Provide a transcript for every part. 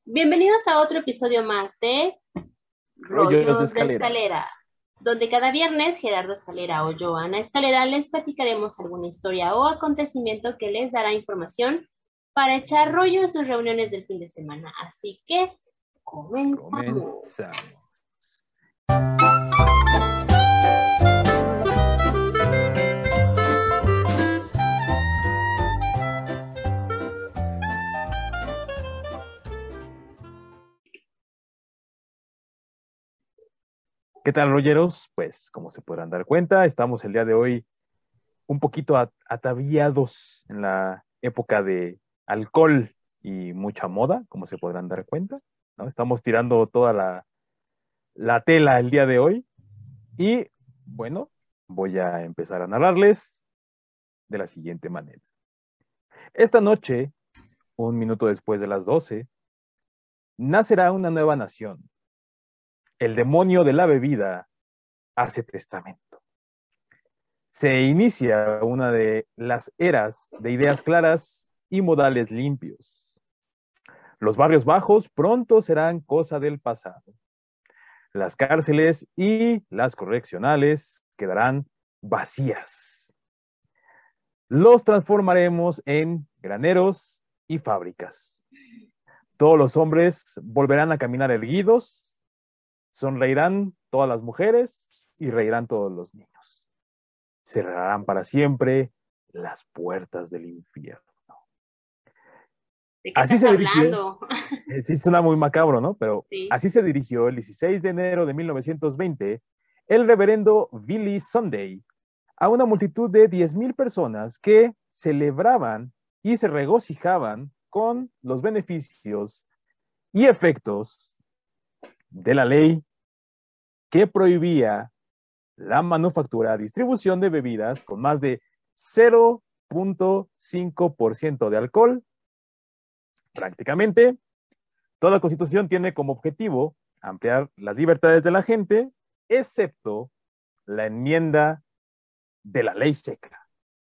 Bienvenidos a otro episodio más de Rollos de Rollos de escalera. Escalera, donde cada viernes Gerardo Escalera o Joana Escalera les platicaremos alguna historia o acontecimiento que les dará información para echar rollo en sus reuniones del fin de semana. Así que comenzamos. Comenzamos. ¿Qué tal, rolleros? Pues, como se podrán dar cuenta, estamos el día de hoy un poquito ataviados en la época de alcohol y mucha moda, como se podrán dar cuenta, ¿no? Estamos tirando toda la tela el día de hoy y, bueno, voy a empezar a narrarles de la siguiente manera. Esta noche, un minuto después de las 12, nacerá una nueva nación. El demonio de la bebida hace testamento. Se inicia una de las eras de ideas claras y modales limpios. Los barrios bajos pronto serán cosa del pasado. Las cárceles y las correccionales quedarán vacías. Los transformaremos en graneros y fábricas. Todos los hombres volverán a caminar erguidos, sonreirán todas las mujeres y reirán todos los niños. Cerrarán para siempre las puertas del infierno. ¿De qué Así estás se dirigió, hablando? sí suena muy macabro, ¿no? Pero Sí. así se dirigió el 16 de enero de 1920 el reverendo Billy Sunday a una multitud de 10,000 personas que celebraban y se regocijaban con los beneficios y efectos de la ley que prohibía la manufactura, distribución de bebidas con más de 0,5% de alcohol. Prácticamente, toda constitución tiene como objetivo ampliar las libertades de la gente, excepto la enmienda de la ley seca.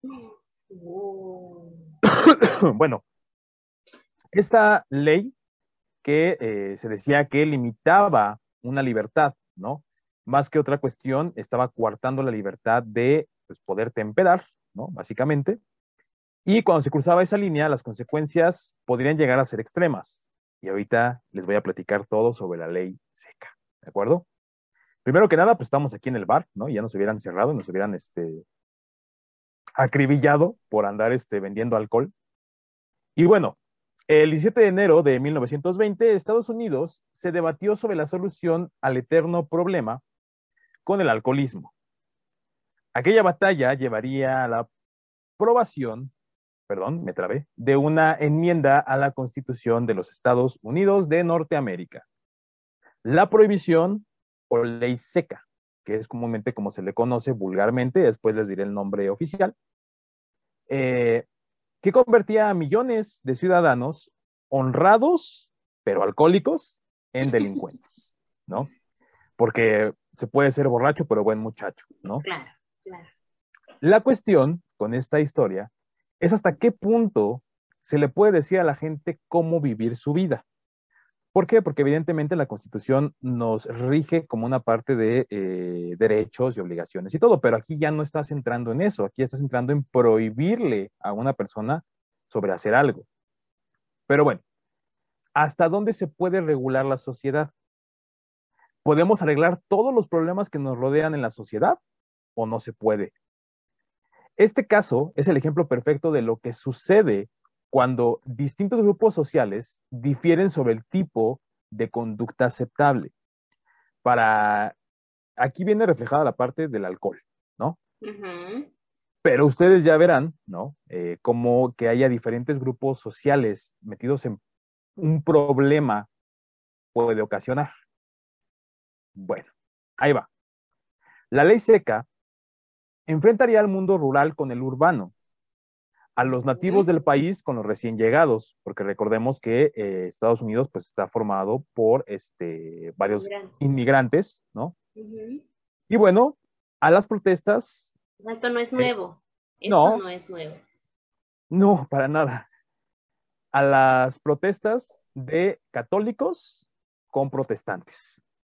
Oh. Bueno, esta ley que se decía que limitaba una libertad, ¿no? Más que otra cuestión, estaba coartando la libertad de pues, poder temperar, ¿no? Básicamente. Y cuando se cruzaba esa línea, las consecuencias podrían llegar a ser extremas. Y ahorita les voy a platicar todo sobre la ley seca, ¿de acuerdo? Primero que nada, pues estamos aquí en el bar, ¿no? Ya nos hubieran cerrado, nos hubieran acribillado por andar vendiendo alcohol. Y bueno, el 17 de enero de 1920, Estados Unidos se debatió sobre la solución al eterno problema con el alcoholismo. Aquella batalla llevaría a la aprobación, perdón, me trabé, de una enmienda a la Constitución de los Estados Unidos de Norteamérica. La prohibición o ley seca, que es comúnmente como se le conoce vulgarmente, después les diré el nombre oficial, eh, que convertía a millones de ciudadanos honrados, pero alcohólicos, en delincuentes, ¿no? Porque se puede ser borracho, pero buen muchacho, ¿no? Claro, claro. La cuestión con esta historia es hasta qué punto se le puede decir a la gente cómo vivir su vida. ¿Por qué? Porque evidentemente la Constitución nos rige como una parte de derechos y obligaciones y todo, pero aquí ya no estás entrando en eso, aquí estás entrando en prohibirle a una persona sobre hacer algo. Pero bueno, ¿hasta dónde se puede regular la sociedad? ¿Podemos arreglar todos los problemas que nos rodean en la sociedad o no se puede? Este caso es el ejemplo perfecto de lo que sucede cuando distintos grupos sociales difieren sobre el tipo de conducta aceptable. Para aquí viene reflejada la parte del alcohol, ¿no? Ujú. Pero ustedes ya verán, ¿no? Como que haya diferentes grupos sociales metidos en un problema puede ocasionar. Bueno, ahí va. La ley seca enfrentaría al mundo rural con el urbano, a los nativos Ujú. del país con los recién llegados, porque recordemos que Estados Unidos pues está formado por varios Inmigrantes. inmigrantes, ¿no? Ujú. Y bueno, a las protestas, Esto no es eh, nuevo. Esto no, no es nuevo. no, para nada. a las protestas de católicos con protestantes,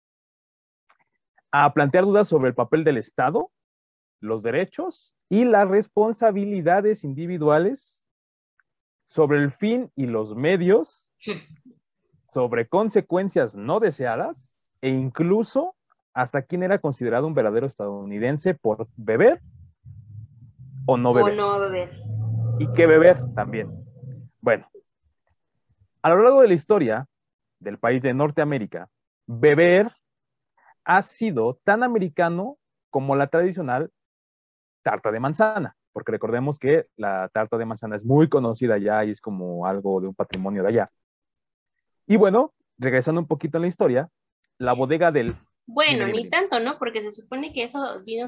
a plantear dudas sobre el papel del Estado, los derechos y las responsabilidades individuales, sobre el fin y los medios, sobre consecuencias no deseadas e incluso hasta quién era considerado un verdadero estadounidense por beber o no beber. O no beber. Y qué beber también. Bueno, a lo largo de la historia del país de Norteamérica, beber ha sido tan americano como la tradicional tarta de manzana, porque recordemos que la tarta de manzana es muy conocida allá y es como algo de un patrimonio de allá. Y bueno, regresando un poquito en la historia, la bodega del... Bueno, Dime, dime, ni dime. tanto, ¿no? Porque se supone que eso vino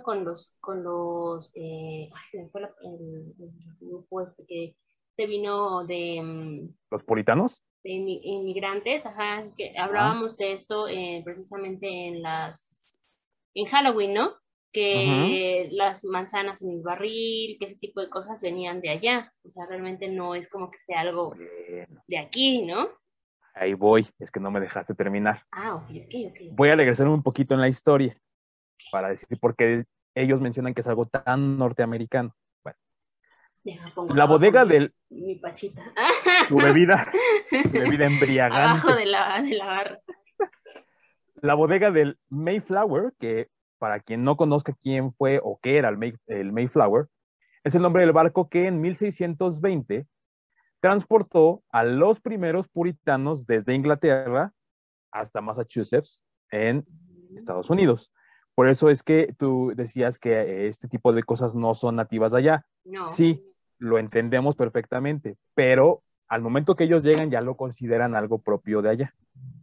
ay, se me fue el grupo este que se vino ¿Los puritanos? de inmigrantes, ajá, que Ajá. hablábamos de esto precisamente en Halloween, ¿no? Ujú. Que las manzanas en el barril, que ese tipo de cosas venían de allá, o sea, realmente no es como que sea algo Bueno, de aquí, ¿no? ahí voy, es que no me dejaste terminar. Ah, ok, ok, ok, ok. Voy a regresar un poquito en la historia para decir por qué ellos mencionan que es algo tan norteamericano. Bueno, Deja, pongo la abajo bodega del... mi pachita. Tu bebida, tu bebida Abajo embriagante. de la barra. La bodega del Mayflower, que para quien no conozca quién fue o qué era el Mayflower, es el nombre del barco que en 1620 transportó a los primeros puritanos desde Inglaterra hasta Massachusetts en Estados Unidos. Por eso es que tú decías que este tipo de cosas no son nativas de allá. No. Sí, lo entendemos perfectamente, pero al momento que ellos llegan ya lo consideran algo propio de allá.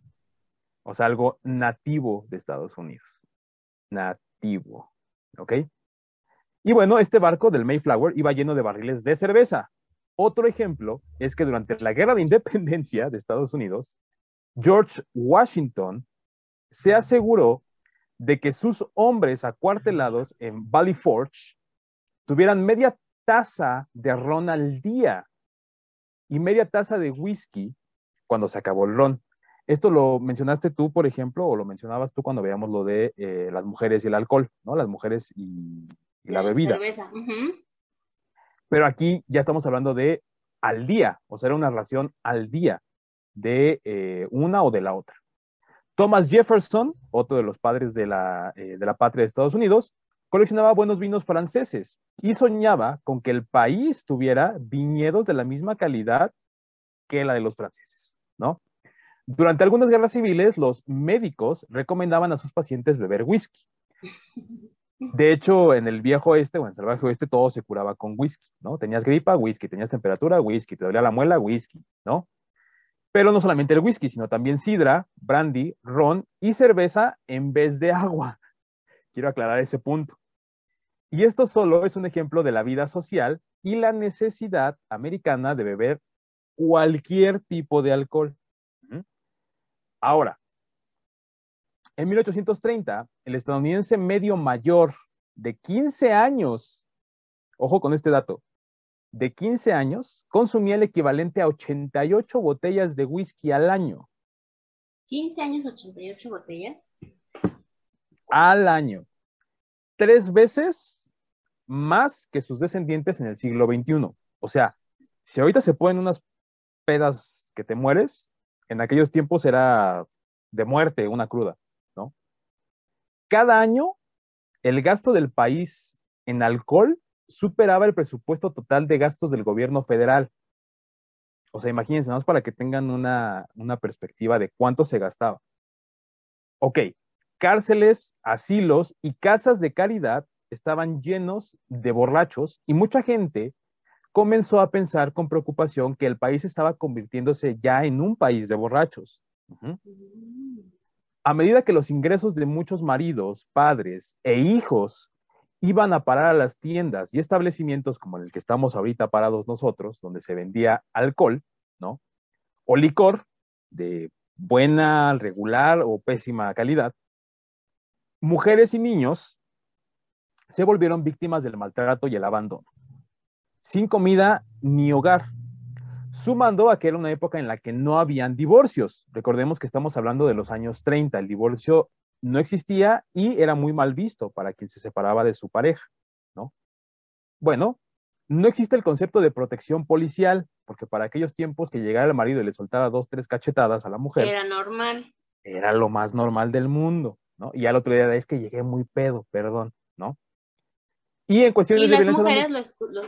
O sea, algo nativo de Estados Unidos. Nativo. ¿Ok? Y bueno, este barco del Mayflower iba lleno de barriles de cerveza. Otro ejemplo es que durante la Guerra de Independencia de Estados Unidos, George Washington se aseguró de que sus hombres acuartelados en Valley Forge tuvieran media taza de ron al día y media taza de whisky cuando se acabó el ron. Esto lo mencionaste tú, por ejemplo, o lo mencionabas tú cuando veíamos lo de las mujeres y el alcohol, ¿no? Las mujeres y la La bebida. cerveza. Ujú. Pero aquí ya estamos hablando de al día, o sea, era una ración al día de una o de la otra. Thomas Jefferson, otro de los padres de la patria de Estados Unidos, coleccionaba buenos vinos franceses y soñaba con que el país tuviera viñedos de la misma calidad que la de los franceses, ¿no? Durante algunas guerras civiles, los médicos recomendaban a sus pacientes beber whisky. De hecho, en el viejo oeste o en el salvaje oeste, todo se curaba con whisky, ¿no? Tenías gripa, whisky, tenías temperatura, whisky, te dolía la muela, whisky, ¿no? Pero no solamente el whisky, sino también sidra, brandy, ron y cerveza en vez de agua. Quiero aclarar ese punto. Y esto solo es un ejemplo de la vida social y la necesidad americana de beber cualquier tipo de alcohol. Ahora, en 1830, el estadounidense medio mayor de 15 años, ojo con este dato, de 15 años, consumía el equivalente a 88 botellas de whisky al año. 15 años, 88 botellas. Al año. 3 veces más que sus descendientes en el siglo XXI. O sea, si ahorita se ponen unas pedas que te mueres, en aquellos tiempos era de muerte, una cruda, ¿no? Cada año, el gasto del país en alcohol superaba el presupuesto total de gastos del gobierno federal. O sea, imagínense, nada más para que tengan una perspectiva de cuánto se gastaba. Ok, cárceles, asilos y casas de caridad estaban llenos de borrachos y mucha gente comenzó a pensar con preocupación que el país estaba convirtiéndose ya en un país de borrachos. Uh-huh. Mm. A medida que los ingresos de muchos maridos, padres e hijos iban a parar a las tiendas y establecimientos como en el que estamos ahorita parados nosotros, donde se vendía alcohol, ¿no? O licor de buena, regular o pésima calidad, mujeres y niños se volvieron víctimas del maltrato y el abandono. Sin comida ni hogar, sumando a que era una época en la que no habían divorcios. Recordemos que estamos hablando de los años 30, el divorcio no existía y era muy mal visto para quien se separaba de su pareja, ¿no? Bueno, no existe el concepto de protección policial, porque para aquellos tiempos que llegara el marido y le soltara 2, 3 cachetadas a la mujer, Era normal. era lo más normal del mundo, ¿no? Y al otro día es que llegué muy pedo, perdón, ¿no? Y en Y cuestiones de las violencia mujeres doméstica,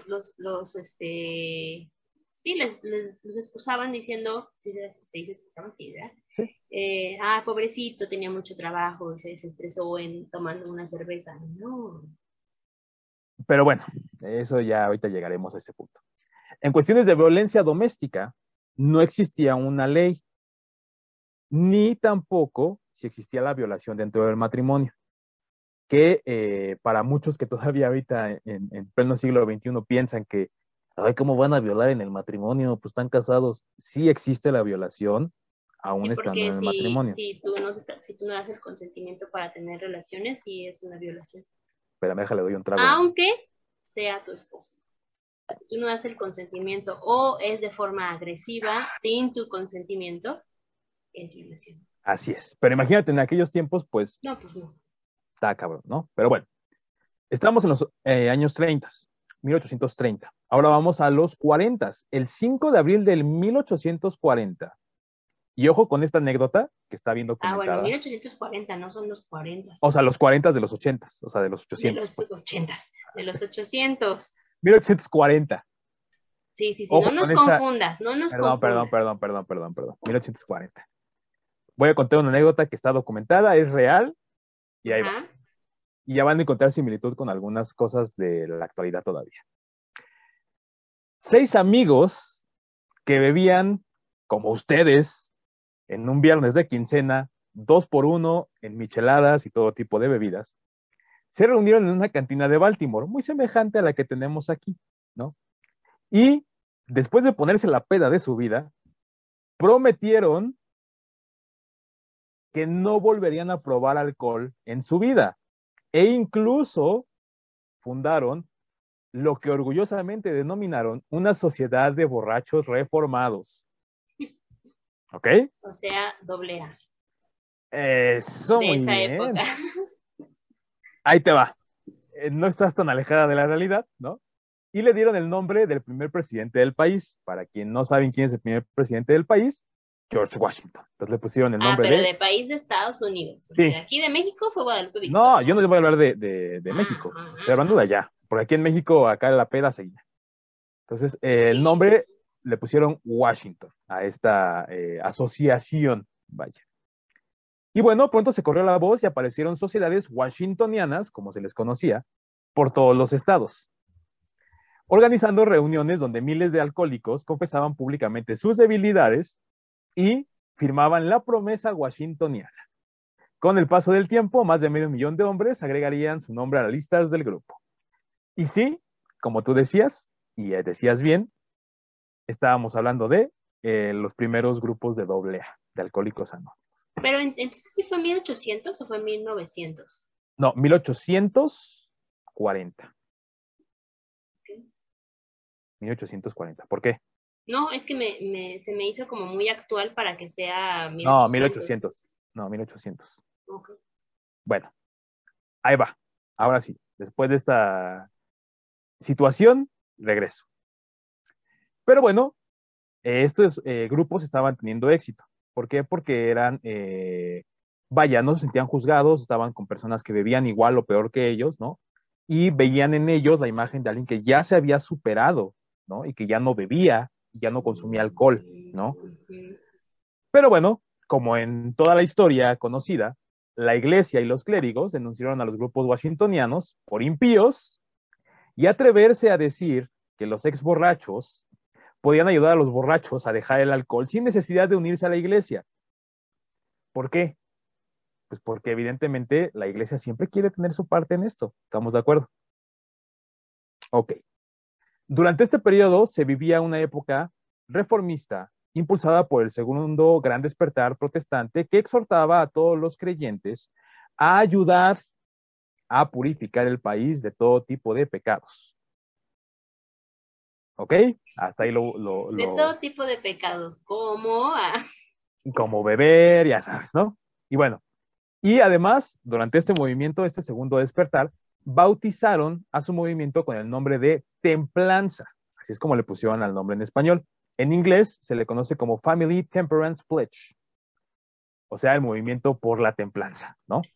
sí, los excusaban diciendo, sí, se dice excusaban, sí, ¿verdad? sí. Pobrecito, tenía mucho trabajo y se desestresó en tomando una cerveza. No. Pero bueno, eso ya ahorita llegaremos a ese punto. En cuestiones de violencia doméstica, no existía una ley, ni tampoco si existía la violación dentro del matrimonio, que para muchos que todavía ahorita en pleno siglo XXI piensan que, ay, ¿cómo van a violar en el matrimonio? Pues están casados. Sí existe la violación, Sí, aún estando porque en el matrimonio. si tú no das el consentimiento para tener relaciones, sí es una violación. Pero déjale, doy un trago a mi... Aunque sea tu esposo. Tú no das el consentimiento o es de forma agresiva, sin tu consentimiento, es violación. Así es. Pero imagínate, en aquellos tiempos, pues, No, pues no. está cabrón, ¿no? Pero bueno, estamos en los años 30, 1830. Ahora vamos a los 40, el 5 de abril del 1840. Y ojo con esta anécdota que está bien Bueno, documentada. 1840, no son los 40. O sea, los 40 de los 80, o sea, de los De 800, los pues. 80, de los 800. 1840. Sí, sí, sí, no Ojo nos con esta. confundas, no nos Perdón, perdón, confundas. perdón, perdón, perdón, perdón. 1840. Voy a contar una anécdota que está documentada, es real, y ahí va. Ajá. Y ya van a encontrar similitud con algunas cosas de la actualidad todavía. 6 amigos que bebían, como ustedes, en un viernes de quincena, 2 por 1 en micheladas y todo tipo de bebidas, se reunieron en una cantina de Baltimore, muy semejante a la que tenemos aquí, ¿no? Y después de ponerse la peda de su vida, prometieron que no volverían a probar alcohol en su vida. E incluso fundaron lo que orgullosamente denominaron una sociedad de borrachos reformados. ¿Ok? O sea, doble A, Eso, de muy esa época. bien. Ahí te va. No estás tan alejada de la realidad, ¿no? Y le dieron el nombre del primer presidente del país. Para quien no saben quién es el primer presidente del país, George Washington. Entonces le pusieron el nombre Pero de... de país de Estados Unidos, porque de Sí, aquí de México fue Guadalupe no, Victoria. yo no les voy a hablar de México. Estoy hablando de Ah, allá. Porque aquí en México, acá la peda seguía. Entonces, el sí. nombre le pusieron Washington a esta asociación, vaya. Y bueno, pronto se corrió la voz y aparecieron sociedades washingtonianas, como se les conocía, por todos los estados, organizando reuniones donde miles de alcohólicos confesaban públicamente sus debilidades y firmaban la promesa washingtoniana. Con el paso del tiempo, más de medio millón de hombres agregarían su nombre a las listas del grupo. Y sí, como tú decías, y decías bien, estábamos hablando de los primeros grupos de AA, de Alcohólicos Anónimos. Pero entonces sí fue 1800 o fue 1900. No, 1840. ¿Ok? 1840. ¿Por qué? No, es que se me hizo como muy actual para que sea No, 1800. 1800. No, 1800. Ok. Bueno, ahí va. Ahora sí, después de esta situación, regreso. Pero bueno, estos grupos estaban teniendo éxito. ¿Por qué? Porque eran, vaya, no se sentían juzgados, estaban con personas que bebían igual o peor que ellos, ¿no? Y veían en ellos la imagen de alguien que ya se había superado, ¿no? Y que ya no bebía, ya no consumía alcohol, ¿no? Pero bueno, como en toda la historia conocida, la iglesia y los clérigos denunciaron a los grupos washingtonianos por impíos y atreverse a decir que los ex borrachos podían ayudar a los borrachos a dejar el alcohol sin necesidad de unirse a la iglesia. ¿Por qué? Pues porque evidentemente la iglesia siempre quiere tener su parte en esto. ¿Estamos de acuerdo? Ok. Durante este periodo se vivía una época reformista impulsada por el segundo gran despertar protestante que exhortaba a todos los creyentes a ayudar a purificar el país de todo tipo de pecados. ¿Ok? Hasta ahí De todo tipo de pecados, como como beber, ya sabes, ¿no? Y bueno, y además, durante este movimiento, este segundo despertar, bautizaron a su movimiento con el nombre de Templanza. Así es como le pusieron al nombre en español. En inglés se le conoce como Family Temperance Pledge, o sea, el movimiento por la templanza, ¿no?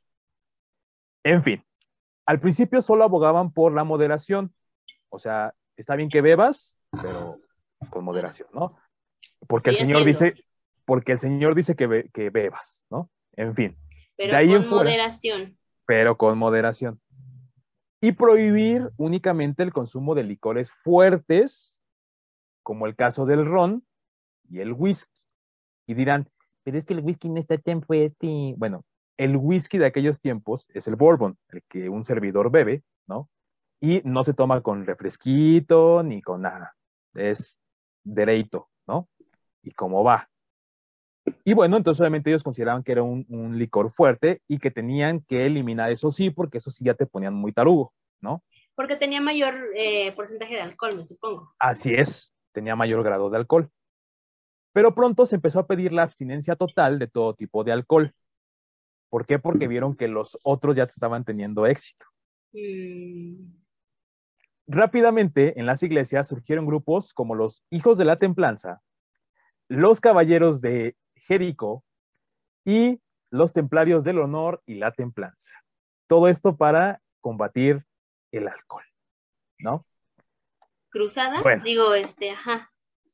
En fin, al principio solo abogaban por la moderación, o sea, está bien que bebas, pero pues, con moderación, ¿no? Porque el sigue Señor siendo, dice, porque el Señor dice que bebas, ¿no? En fin, de pero ahí en con fuera, moderación. pero con moderación. Y prohibir únicamente el consumo de licores fuertes, como el caso del ron y el whisky. Y dirán, pero es que el whisky no está tan fuerte. Bueno, el whisky de aquellos tiempos es el bourbon, el que un servidor bebe, ¿no? Y no se toma con refresquito ni con nada. Es derecho, ¿no? Y como va. Y bueno, entonces obviamente ellos consideraban que era un licor fuerte y que tenían que eliminar eso sí, porque eso sí ya te ponían muy tarugo, ¿no? Porque tenía mayor porcentaje de alcohol, me supongo. Así es, tenía mayor grado de alcohol. Pero pronto se empezó a pedir la abstinencia total de todo tipo de alcohol. ¿Por qué? Porque vieron que los otros ya estaban teniendo éxito. Mm, Rápidamente en las iglesias surgieron grupos como los Hijos de la Templanza, los Caballeros de Jericó y los Templarios del Honor y la Templanza. Todo esto para combatir el alcohol, ¿no? ¿Cruzadas? Bueno, Digo, ajá.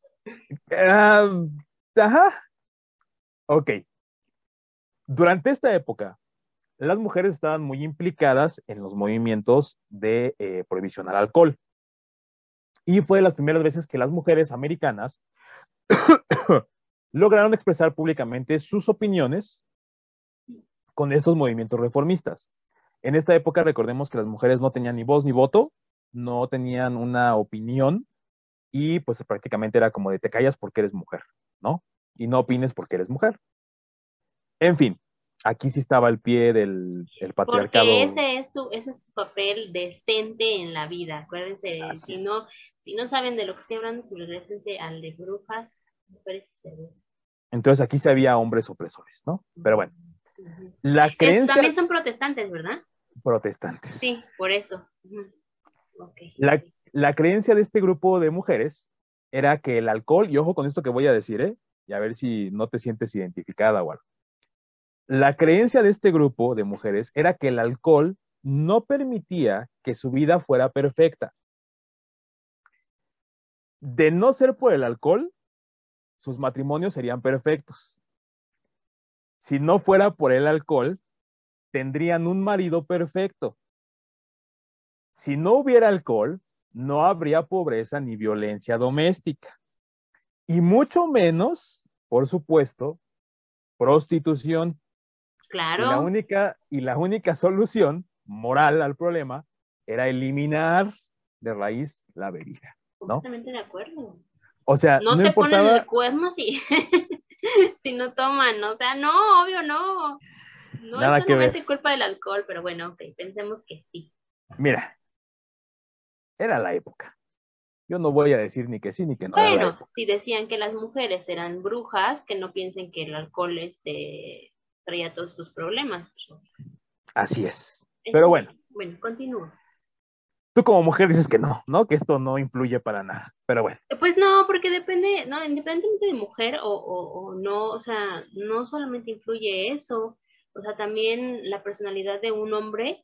uh, ajá, ok. Durante esta época, las mujeres estaban muy implicadas en los movimientos de prohibición al alcohol. Y fue de las primeras veces que las mujeres americanas lograron expresar públicamente sus opiniones con estos movimientos reformistas. En esta época recordemos que las mujeres no tenían ni voz ni voto, no tenían una opinión y pues prácticamente era como de te callas porque eres mujer, ¿no? Y no opines porque eres mujer. En fin, aquí sí estaba el pie del el Porque patriarcado. ese es tu papel decente en la vida. Acuérdense, Así es. si no saben de lo que estoy hablando, pues regresense al de brujas, mujeres y cerdos. Entonces aquí sí había hombres opresores, ¿no? Pero bueno, la También creencia son protestantes, ¿verdad? protestantes. Sí, por eso. Ujú. Ok, La, ok. la creencia de este grupo de mujeres era que el alcohol, y ojo con esto que voy a decir, y a ver si no te sientes identificada o algo. La creencia de este grupo de mujeres era que el alcohol no permitía que su vida fuera perfecta. De no ser por el alcohol, sus matrimonios serían perfectos. Si no fuera por el alcohol, tendrían un marido perfecto. Si no hubiera alcohol, no habría pobreza ni violencia doméstica. Y mucho menos, por supuesto, prostitución. Claro, Y la única solución moral al problema era eliminar de raíz la bebida, ¿no? completamente de acuerdo. O sea, No no te ponen el importaba cuerno si, si no toman, o sea, no, obvio no. No es nada que ver. solamente culpa del alcohol, pero bueno, ok, pensemos que sí. Mira, era la época. Yo no voy a decir ni que sí ni que no, era la Bueno, época. si decían que las mujeres eran brujas, que no piensen que el alcohol traía todos tus problemas. Así es. Pero Está bueno, bien. Bueno, continúa. tú como mujer dices que no, ¿no? Que esto no influye para nada. Pero bueno, Pues no, porque depende, no, independientemente de mujer o no, o sea, no solamente influye eso, o sea, también la personalidad de un hombre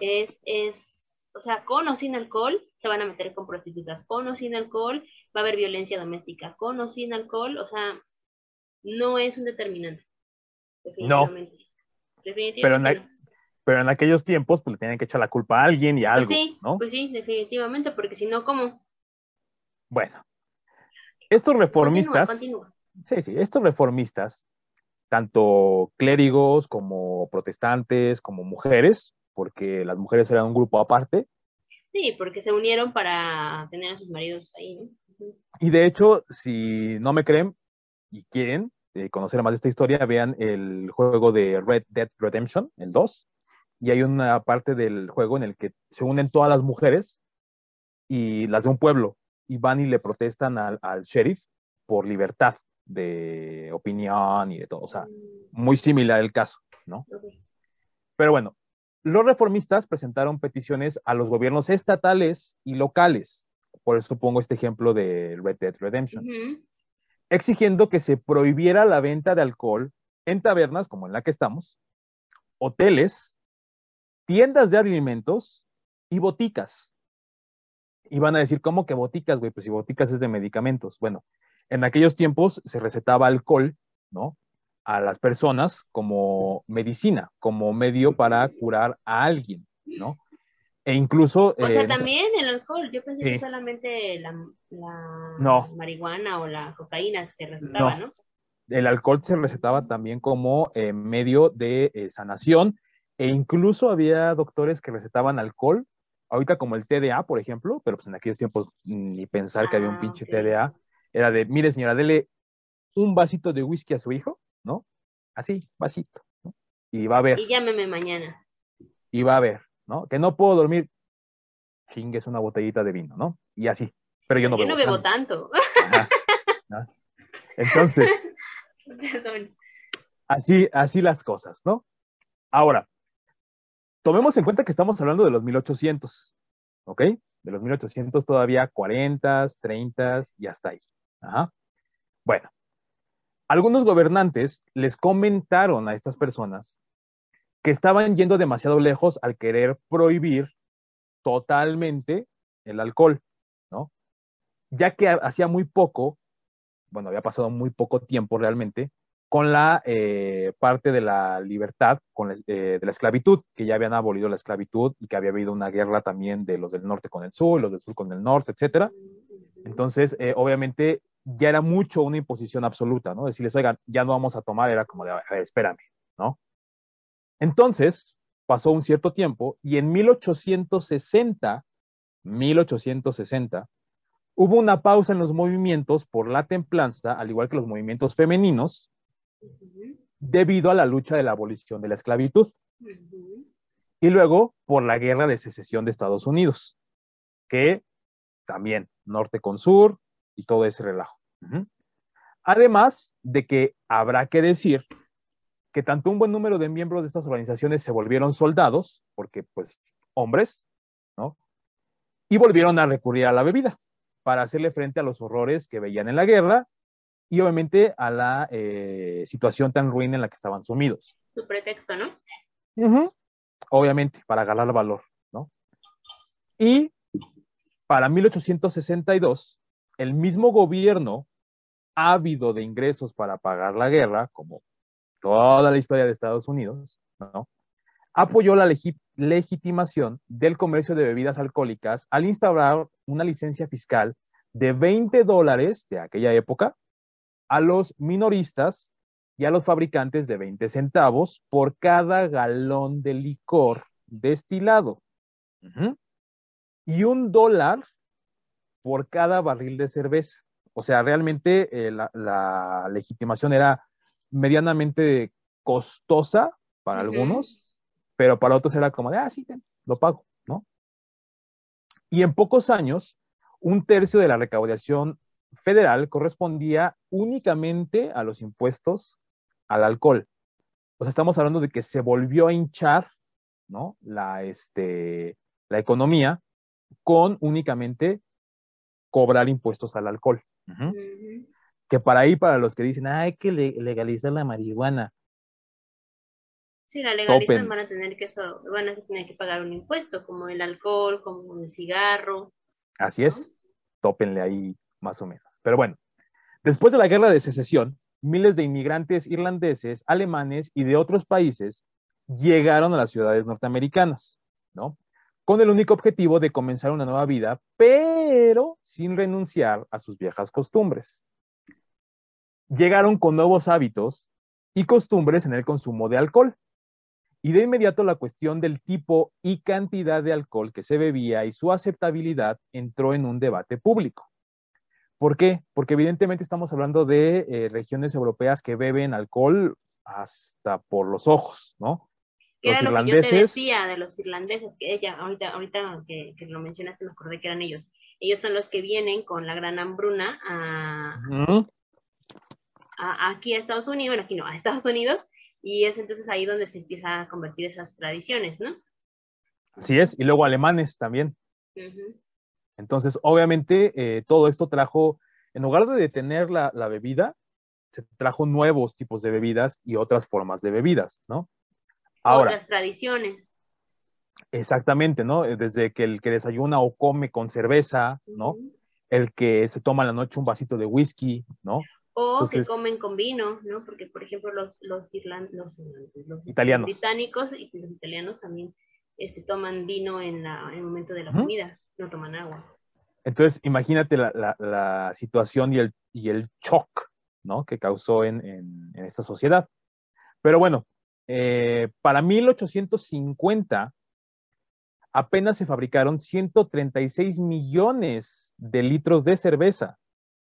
o sea, con o sin alcohol, se van a meter con prostitutas, con o sin alcohol, va a haber violencia doméstica, con o sin alcohol, o sea, no es un determinante, no. definitivamente, Pero en, definitivamente a- no. pero en aquellos tiempos, pues le tenían que echar la culpa a alguien y a algo, ¿no? Pues sí, definitivamente, porque si no, ¿cómo? Bueno, estos Continúa, reformistas, continúa. sí, sí, estos reformistas tanto clérigos como protestantes, como mujeres, porque las mujeres eran un grupo aparte. Sí, porque se unieron para tener a sus maridos ahí, ¿no? Ujú. Y de hecho, si no me creen y quieren conocer más de esta historia, vean el juego de Red Dead Redemption, el 2, y hay una parte del juego en el que se unen todas las mujeres y las de un pueblo y van y le protestan al sheriff por libertad de opinión y de todo. O sea, muy similar el caso, ¿no? Okay. Pero bueno, los reformistas presentaron peticiones a los gobiernos estatales y locales. Por eso pongo este ejemplo de Red Dead Redemption. Exigiendo que se prohibiera la venta de alcohol en tabernas, como en la que estamos, hoteles, tiendas de alimentos y boticas. Y van a decir, ¿cómo que boticas, güey? Pues si boticas es de medicamentos. Bueno, en aquellos tiempos se recetaba alcohol, ¿no? A las personas como medicina, como medio para curar a alguien, ¿no? E incluso... O sea, no sé, también el alcohol. Yo pensé que sí, solamente la no, marihuana o la cocaína se recetaba, no. ¿no? El alcohol se recetaba también como medio de sanación e incluso había doctores que recetaban alcohol, ahorita como el TDA, por ejemplo, pero pues en aquellos tiempos ni pensar que había un Ah, pinche ok. TDA, era de, mire señora, dele un vasito de whisky a su hijo, ¿no? Así, vasito, ¿no? Y va a ver, Y llámeme mañana. y va a ver, ¿no? Que no puedo dormir, chingues una botellita de vino, ¿no? Y así, pero yo No, no yo no bebo bebo tanto. tanto. Ajá, ¿no? Entonces, Perdón. así las cosas, ¿no? Ahora, tomemos en cuenta que estamos hablando de los 1800, ¿ok? De los 1800 todavía 40, 30 y hasta ahí. Ajá. Bueno, algunos gobernantes les comentaron a estas personas que estaban yendo demasiado lejos al querer prohibir totalmente el alcohol, ¿no? Ya que hacía muy poco, bueno, había pasado muy poco tiempo realmente, con la parte de la libertad, de la esclavitud, que ya habían abolido la esclavitud y que había habido una guerra también de los del norte con el sur, los del sur con el norte, etcétera. Entonces, obviamente, ya era mucho una imposición absoluta, ¿no? Decirles, oigan, ya no vamos a tomar, era como de, a ver, espérame, ¿no? Entonces, pasó un cierto tiempo y en 1860, hubo una pausa en los movimientos por la templanza, al igual que los movimientos femeninos, debido a la lucha de la abolición de la esclavitud. Y luego por la guerra de secesión de Estados Unidos, que también norte con sur y todo ese relajo. Además de que habrá que decir que tanto un buen número de miembros de estas organizaciones se volvieron soldados, porque pues hombres, ¿no? Y volvieron a recurrir a la bebida para hacerle frente a los horrores que veían en la guerra y obviamente a la situación tan ruin en la que estaban sumidos. Su pretexto, ¿no? Obviamente, para agarrar valor, ¿no? Y para 1862, el mismo gobierno, ávido de ingresos para pagar la guerra, como toda la historia de Estados Unidos, ¿no? Apoyó la legitimación del comercio de bebidas alcohólicas al instaurar una licencia fiscal de $20 de aquella época a los minoristas y a los fabricantes de 20 centavos por cada galón de licor destilado. Y $1 por cada barril de cerveza. O sea, realmente la legitimación era medianamente costosa para algunos, pero para otros era como de, sí, lo pago, ¿no? Y en pocos años, un tercio de la recaudación federal correspondía únicamente a los impuestos al alcohol. O sea, estamos hablando de que se volvió a hinchar, ¿no? La economía con únicamente cobrar impuestos al alcohol. Que para ahí, para los que dicen, hay que legalizar la marihuana. Si la legalizan Topen. van a tener que pagar un impuesto, como el alcohol, como el cigarro, Así ¿no? es, tópenle ahí más o menos. Pero bueno, después de la guerra de secesión, miles de inmigrantes irlandeses, alemanes y de otros países llegaron a las ciudades norteamericanas, ¿no? Con el único objetivo de comenzar una nueva vida, pero sin renunciar a sus viejas costumbres. Llegaron con nuevos hábitos y costumbres en el consumo de alcohol. Y de inmediato la cuestión del tipo y cantidad de alcohol que se bebía y su aceptabilidad entró en un debate público. ¿Por qué? Porque evidentemente estamos hablando de regiones europeas que beben alcohol hasta por los ojos, ¿no? Que Los era lo que yo te irlandeses, decía de los irlandeses, que ella, ahorita que lo mencionaste, me acordé que eran ellos. Ellos son los que vienen con la gran hambruna aquí a Estados Unidos, bueno, aquí no, a Estados Unidos, y es entonces ahí donde se empieza a convertir esas tradiciones, ¿no? Así es, y luego alemanes también. Uh-huh. Entonces, obviamente, todo esto trajo, en lugar de detener la bebida, se trajo nuevos tipos de bebidas y otras formas de bebidas, ¿no? Ahora, Otras tradiciones. exactamente, ¿no? Desde que el que desayuna o come con cerveza, ¿no? Uh-huh. El que se toma en la noche un vasito de whisky, ¿no? O que Entonces, comen con vino, ¿no? Porque, por ejemplo, los italianos. británicos y los italianos también toman vino en el momento de la Uh-huh. comida, no toman agua. Entonces, imagínate la situación y el shock, ¿no? Que causó en esta sociedad. Pero bueno, para 1850 apenas se fabricaron 136 millones de litros de cerveza.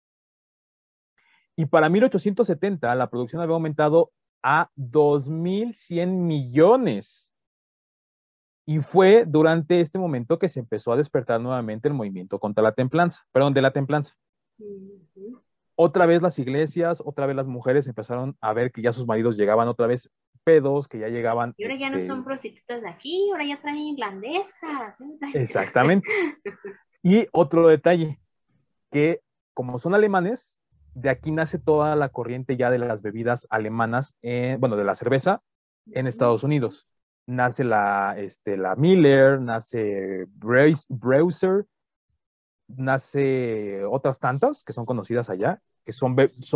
Y para 1870 la producción había aumentado a 2.100 millones. Y fue durante este momento que se empezó a despertar nuevamente el movimiento contra la templanza, perdón, de la templanza. Uh-huh. Otra vez las iglesias, otra vez las mujeres empezaron a ver que ya sus maridos llegaban otra vez pedos, que ya llegaban. Y ahora ya no son prostitutas de aquí, ahora ya traen irlandesas. Exactamente. Y otro detalle, que como son alemanes, de aquí nace toda la corriente ya de las bebidas alemanas, bueno, de la cerveza en Estados Unidos. Nace la Miller, nace Brewser, nace otras tantas que son conocidas allá, que son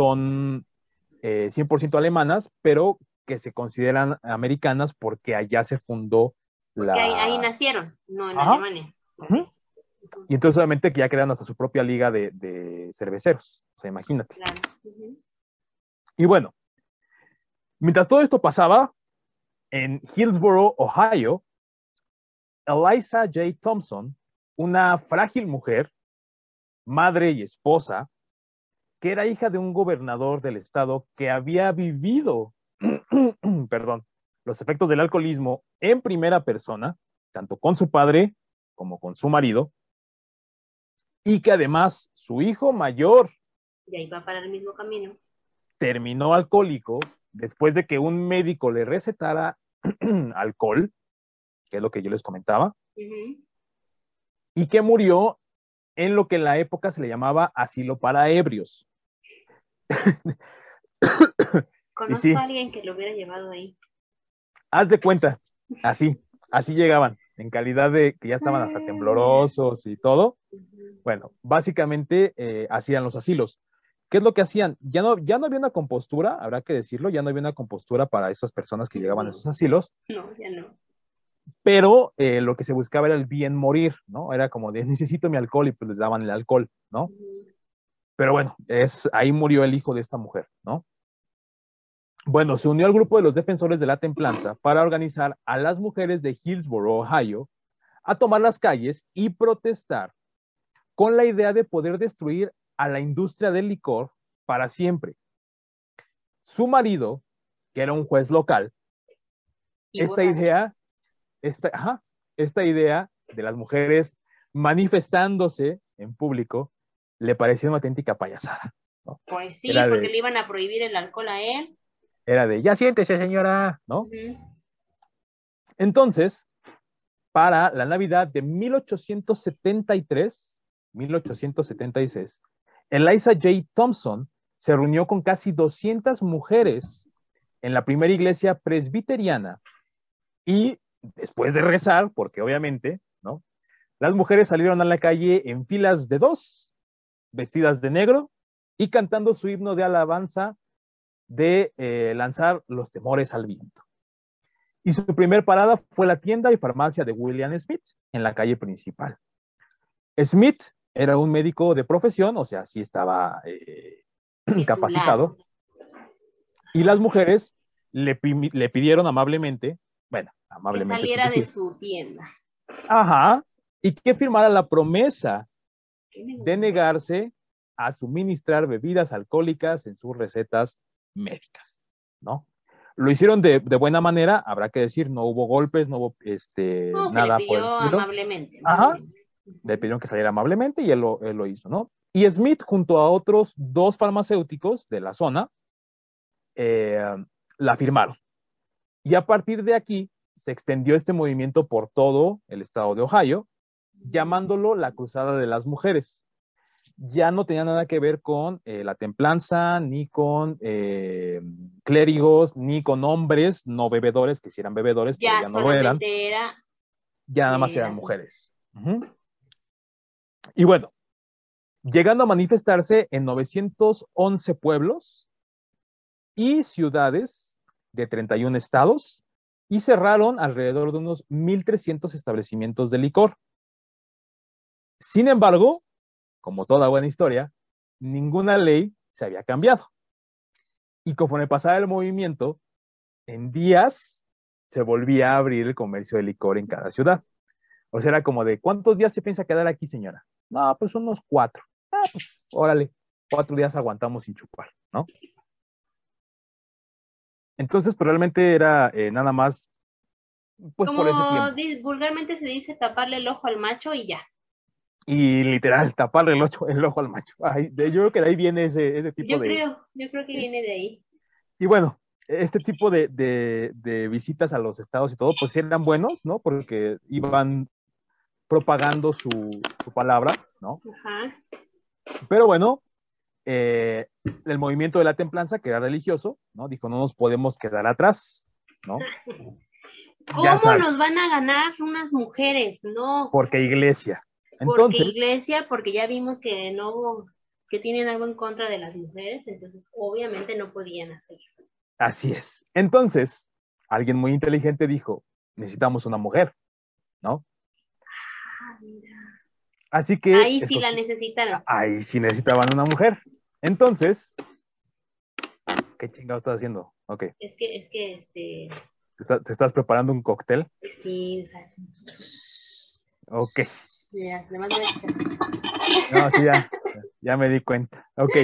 100% alemanas, pero que se consideran americanas porque allá se fundó porque ahí la... nacieron, no en Ajá. Alemania. Uh-huh. Y entonces obviamente que ya crearon hasta su propia liga de cerveceros. O sea, imagínate. Claro. Uh-huh. Y bueno, mientras todo esto pasaba, en Hillsboro, Ohio, Eliza J. Thompson, una frágil mujer, madre y esposa, que era hija de un gobernador del estado que había vivido, perdón, los efectos del alcoholismo en primera persona, tanto con su padre como con su marido, y que además su hijo mayor Y ahí va para el mismo camino. terminó alcohólico después de que un médico le recetara alcohol, que es lo que yo les comentaba, uh-huh. y que murió en lo que en la época se le llamaba asilo para ebrios. Y Conozco sí, a alguien que lo hubiera llevado ahí. haz de cuenta, así llegaban, en calidad de que ya estaban hasta temblorosos y todo. Uh-huh. Bueno, básicamente hacían los asilos. ¿Qué es lo que hacían? Ya no había una compostura, habrá que decirlo, ya no había una compostura para esas personas que llegaban a esos asilos. No, ya no. Pero lo que se buscaba era el bien morir, ¿no? Era como de necesito mi alcohol y pues les daban el alcohol, ¿no? Uh-huh. Pero bueno, ahí murió el hijo de esta mujer, ¿no? Bueno, se unió al grupo de los defensores de la templanza para organizar a las mujeres de Hillsboro, Ohio, a tomar las calles y protestar con la idea de poder destruir a la industria del licor para siempre. Su marido, que era un juez local, esta idea de las mujeres manifestándose en público le pareció una auténtica payasada, ¿no? Pues sí, porque le iban a prohibir el alcohol a él. Era de, ya siéntese, señora, ¿no? Uh-huh. Entonces, para la Navidad de 1876, Eliza J. Thompson se reunió con casi 200 mujeres en la primera iglesia presbiteriana y después de rezar, porque obviamente, ¿no? Las mujeres salieron a la calle en filas de 2, vestidas de negro y cantando su himno de alabanza de lanzar los temores al viento. Y su primer parada fue la tienda y farmacia de William Smith en la calle principal. Smith era un médico de profesión, o sea, sí estaba capacitado. Y las mujeres le pidieron amablemente, bueno, amablemente. Que saliera de su tienda. Ajá, y que firmara la promesa de negarse a suministrar bebidas alcohólicas en sus recetas médicas, ¿no? Lo hicieron de buena manera, habrá que decir, no hubo golpes, no hubo no, nada se le por el pidió estilo. amablemente. Ajá, Le pidieron que saliera amablemente y él lo hizo, ¿no? Y Smith, junto a otros 2 farmacéuticos de la zona, la firmaron. Y a partir de aquí se extendió este movimiento por todo el estado de Ohio, llamándolo la Cruzada de las Mujeres. Ya no tenía nada que ver con la templanza, ni con clérigos, ni con hombres no bebedores, que sí eran bebedores, pero ya no lo eran. Ya nada más eran mujeres. Y bueno, llegando a manifestarse en 911 pueblos y ciudades de 31 estados, y cerraron alrededor de unos 1,300 establecimientos de licor. Sin embargo, como toda buena historia, ninguna ley se había cambiado. Y conforme pasaba el movimiento, en días se volvía a abrir el comercio de licor en cada ciudad. O sea, era como de, ¿cuántos días se piensa quedar aquí, señora? No, pues unos 4. Pues, órale, 4 días aguantamos sin chupar, ¿no? Entonces, pues realmente era nada más, pues como por ese tiempo. vulgarmente se dice, taparle el ojo al macho y ya. Y literal, taparle el ojo al macho. Ay, yo creo que de ahí viene ese tipo Yo creo que viene de ahí. Y bueno, este tipo de visitas a los estados y todo, pues eran buenos, ¿no? Porque iban propagando su palabra, ¿no? Ajá. Pero bueno, el movimiento de la templanza, que era religioso, ¿no? Dijo, no nos podemos quedar atrás, ¿no? ¿Cómo nos van a ganar unas mujeres? No. Porque iglesia. Porque Entonces, iglesia, porque ya vimos que no, que tienen algo en contra de las mujeres, entonces obviamente no podían hacerlo. así es. Entonces, alguien muy inteligente dijo, necesitamos una mujer, ¿no? Ah, mira. Así que... Ahí sí la necesitaron. Ahí sí necesitaban una mujer. Entonces, ¿qué chingado estás haciendo? Ok. Es que, ¿Te estás preparando un cóctel? sí, exacto. Ok. Mira, además voy a escuchar. No, sí, ya me di cuenta. Ok.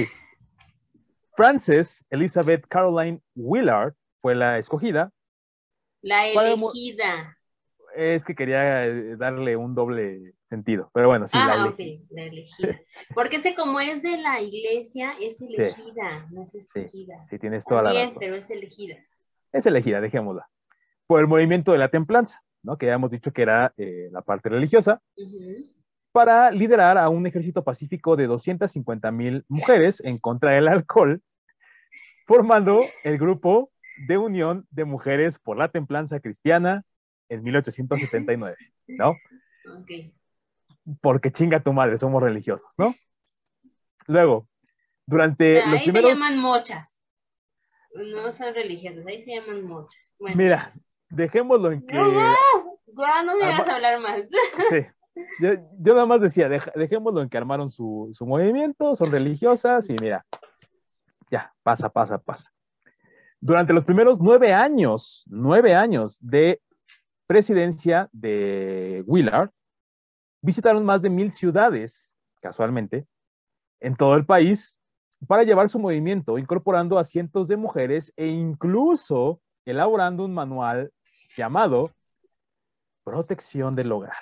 Frances Elizabeth Caroline Willard fue la escogida. La elegida. Es que quería darle un doble sentido, pero bueno, sí, la elegida. Ok, la elegida. Porque ese como es de la iglesia, es elegida, Sí, no es escogida. sí, tienes toda la razón. Pero es elegida. Es elegida, dejémosla. Por el movimiento de la templanza, ¿no? Que ya hemos dicho que era la parte religiosa, para liderar a un ejército pacífico de 250,000 mujeres en contra del alcohol, formando el grupo de Unión de Mujeres por la Templanza Cristiana en 1879, ¿no? Ok. Porque chinga tu madre, somos religiosos, ¿no? Luego, durante los primeros... Ahí se llaman mochas. No son religiosas, ahí se llaman mochas. Bueno. Mira, dejémoslo en que... Ya no me hagas hablar más. Sí. Yo nada más decía, dejémoslo en que armaron su movimiento, son religiosas y mira, ya, pasa. Durante los primeros 9 años de presidencia de Willard, visitaron más de 1,000 ciudades, casualmente, en todo el país, para llevar su movimiento, incorporando a cientos de mujeres e incluso elaborando un manual llamado Protección del Hogar,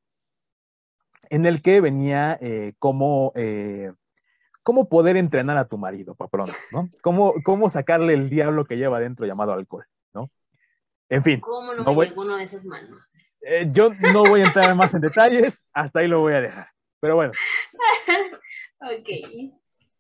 en el que venía cómo poder entrenar a tu marido, patrón, ¿no? Cómo sacarle el diablo que lleva dentro llamado alcohol, ¿no? En fin. ¿Cómo no me llegó uno de esos manuales? Yo no voy a entrar más en detalles, hasta ahí lo voy a dejar. Pero bueno. Ok.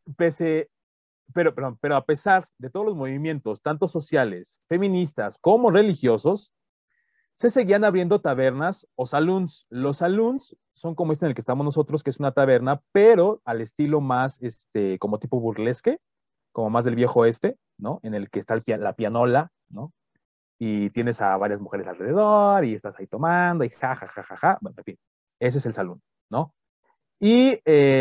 Pero a pesar de todos los movimientos, tanto sociales, feministas como religiosos, se seguían abriendo tabernas o saloons. Los saloons son como este en el que estamos nosotros, que es una taberna, pero al estilo más, como tipo burlesque, como más del viejo oeste, ¿no? En el que está la pianola, ¿no? Y tienes a varias mujeres alrededor y estás ahí tomando y ja. Bueno, en fin, ese es el salón, ¿no? Y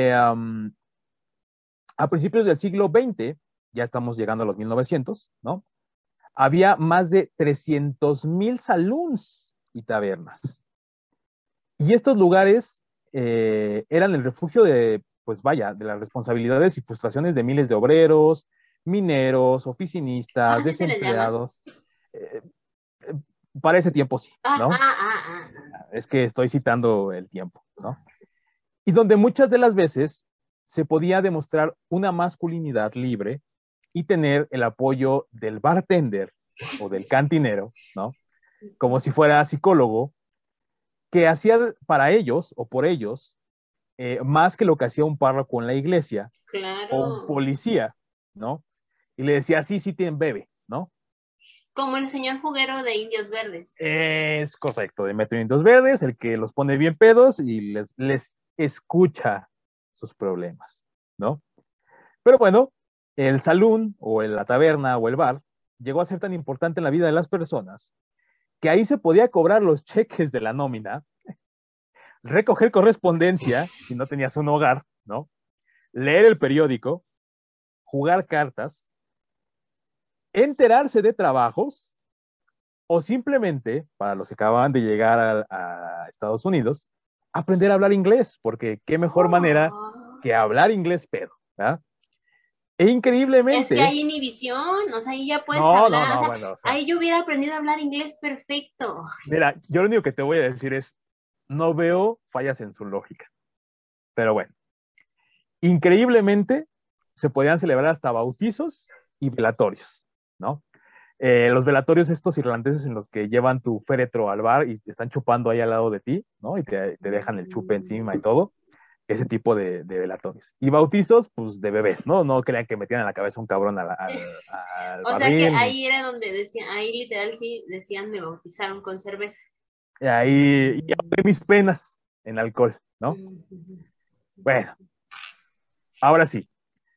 a principios del siglo XX, ya estamos llegando a los 1900, ¿no? Había más de 300,000 saloons y tabernas. Y estos lugares eran el refugio de, pues vaya, de las responsabilidades y frustraciones de miles de obreros, mineros, oficinistas, desempleados. Para ese tiempo sí, ¿no? Es que estoy citando el tiempo, ¿no? y donde muchas de las veces se podía demostrar una masculinidad libre y tener el apoyo del bartender o del cantinero, ¿no? Como si fuera psicólogo, que hacía para ellos o por ellos más que lo que hacía un párroco en la iglesia o un Claro. policía, ¿no? Y le decía, sí, sí, bebe, ¿no? Como el señor juguero de Indios Verdes. Es correcto, de Metro Indios Verdes, el que los pone bien pedos y les escucha sus problemas, ¿no? Pero bueno, el salón o la taberna o el bar llegó a ser tan importante en la vida de las personas que ahí se podía cobrar los cheques de la nómina, recoger correspondencia si no tenías un hogar, ¿no? Leer el periódico, jugar cartas, enterarse de trabajos o simplemente, para los que acababan de llegar a Estados Unidos, aprender a hablar inglés, porque qué mejor manera Oh. que hablar inglés pedo, ¿verdad? E Es que increíblemente, hay inhibición, o sea, ahí ya puedes no, hablar, o no, sea, bueno, o sea, ahí yo hubiera aprendido a hablar inglés perfecto. mira, yo lo único que te voy a decir es, no veo fallas en su lógica, pero bueno, increíblemente se podían celebrar hasta bautizos y velatorios, ¿no? Los velatorios estos irlandeses en los que llevan tu féretro al bar y te están chupando ahí al lado de ti, ¿no? Y te dejan el chupe encima y todo, ese tipo de velatorios. Y bautizos, pues de bebés, ¿no? No crean que metían en la cabeza un cabrón al O sea que barril, ni ahí era donde decían, ahí literal sí decían me bautizaron con cerveza. ahí, y ahogué mis penas en alcohol, ¿no? Bueno, ahora sí.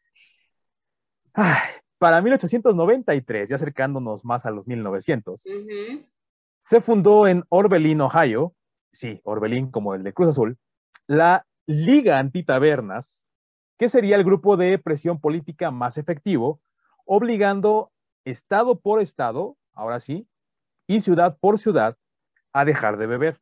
Ay, para 1893, ya acercándonos más a los 1900, Ujú. se fundó en Orbelín, Ohio, sí, Orbelín como el de Cruz Azul, la Liga Antitabernas, que sería el grupo de presión política más efectivo, obligando estado por estado, ahora sí, y ciudad por ciudad, a dejar de beber.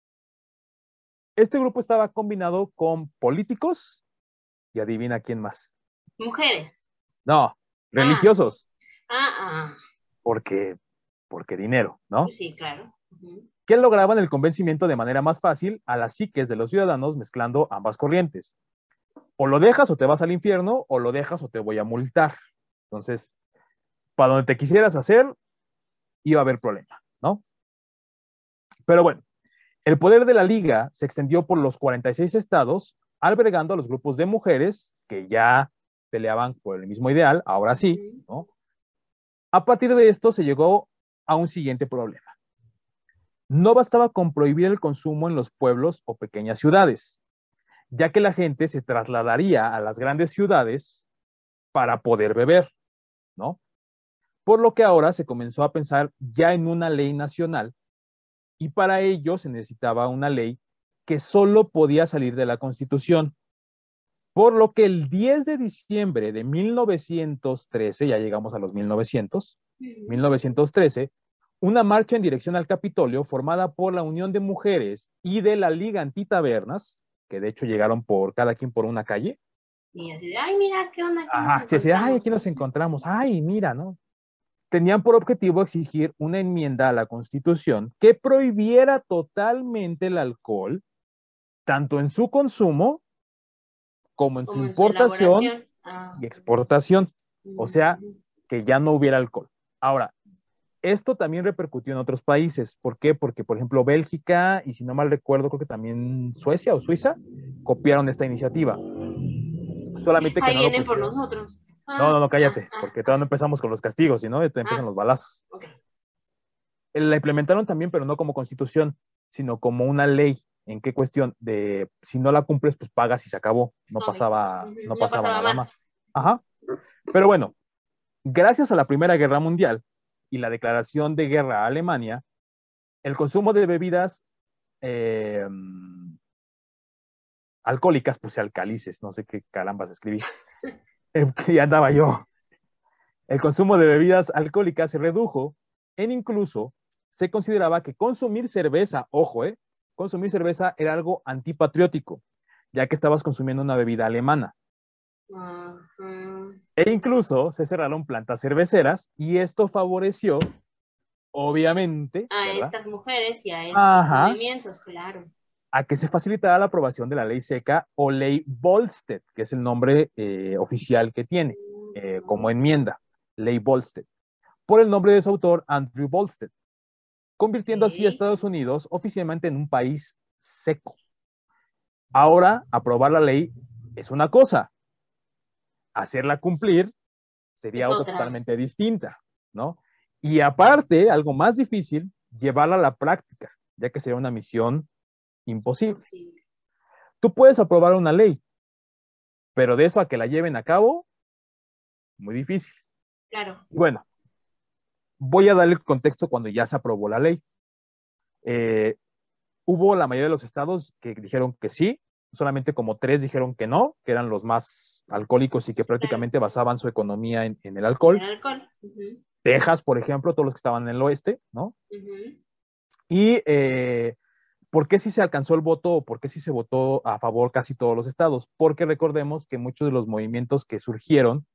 Este grupo estaba combinado con políticos y adivina quién más. Mujeres. No, Ah, religiosos, ah, porque, porque dinero, ¿no? sí, claro. Ujú. Que lograban el convencimiento de manera más fácil a las psiques de los ciudadanos mezclando ambas corrientes. O lo dejas o te vas al infierno, o lo dejas o te voy a multar. Entonces, para donde te quisieras hacer, iba a haber problema, ¿no? Pero bueno, el poder de la liga se extendió por los 46 estados, albergando a los grupos de mujeres que ya peleaban por el mismo ideal, ahora sí, Ujú. ¿no? A partir de esto se llegó a un siguiente problema. No bastaba con prohibir el consumo en los pueblos o pequeñas ciudades, ya que la gente se trasladaría a las grandes ciudades para poder beber, ¿no? Por lo que ahora se comenzó a pensar ya en una ley nacional y para ello se necesitaba una ley que solo podía salir de la Constitución. Por lo que el 10 de diciembre de 1913, ya llegamos a los 1900, Ujú. 1913, una marcha en dirección al Capitolio formada por la Unión de Mujeres y de la Liga Antitabernas, que de hecho llegaron por cada quien por una calle. Y así de, ay, mira, ¿qué onda? Aquí nos Ajá, sí, sí, ay, aquí encontramos. nos encontramos, ay, mira, ¿no? Tenían por objetivo exigir una enmienda a la Constitución que prohibiera totalmente el alcohol, tanto en su consumo como en su Como en su importación elaboración. Ah, y exportación. O sea, ujú. que ya no hubiera alcohol. Ahora, esto también repercutió en otros países. ¿Por qué? Porque, por ejemplo, Bélgica y si no mal recuerdo, creo que también Suecia o Suiza copiaron esta iniciativa. Solamente que Ahí no lo vienen por pusieron. nosotros. No, no, Ah, no, ah, cállate, ah, porque todavía ah, no empezamos con los castigos, sino ya te empiezan ah, los balazos. ok. La implementaron también, pero no como constitución, sino como una ley. ¿En qué cuestión? De si no la cumples, pues pagas y se acabó. No Ok. pasaba, Ujú. no No pasaba pasaba nada más. más. Ajá. Pero bueno, gracias a la Primera Guerra Mundial y la declaración de guerra a Alemania, el consumo de bebidas eh, alcohólicas, pues alcalices, no sé qué carambas escribí, que ya andaba yo. El consumo de bebidas alcohólicas se redujo en incluso se consideraba que consumir cerveza, ojo, consumir cerveza era algo antipatriótico, ya que estabas consumiendo una bebida alemana. Ujú. E incluso se cerraron plantas cerveceras y esto favoreció, obviamente, A ¿verdad? estas mujeres y a estos Ajá, movimientos, claro. a que se facilitara la aprobación de la ley seca o ley Volstead, que es el nombre oficial que tiene como enmienda, ley Volstead, por el nombre de su autor, Andrew Volstead, convirtiendo así a Ok. Estados Unidos oficialmente en un país seco. Ahora, aprobar la ley es una cosa, hacerla cumplir sería Es otra otra. totalmente distinta, ¿no? Y aparte, algo más difícil, llevarla a la práctica, ya que sería una misión imposible. Posible. Tú puedes aprobar una ley, pero de eso a que la lleven a cabo, muy difícil. Claro. Bueno, voy a darle el contexto cuando ya se aprobó la ley. Eh, Hubo la mayoría de los estados que dijeron que sí, solamente como 3 dijeron que no, que eran los más alcohólicos y que Claro. prácticamente basaban su economía en el En el alcohol. alcohol. Ujú, Texas, por ejemplo, todos los que estaban en el oeste, ¿no? ujú. Y ¿por qué sí se alcanzó el voto o por qué sí se votó a favor casi todos los estados? Porque recordemos que muchos de los movimientos que surgieron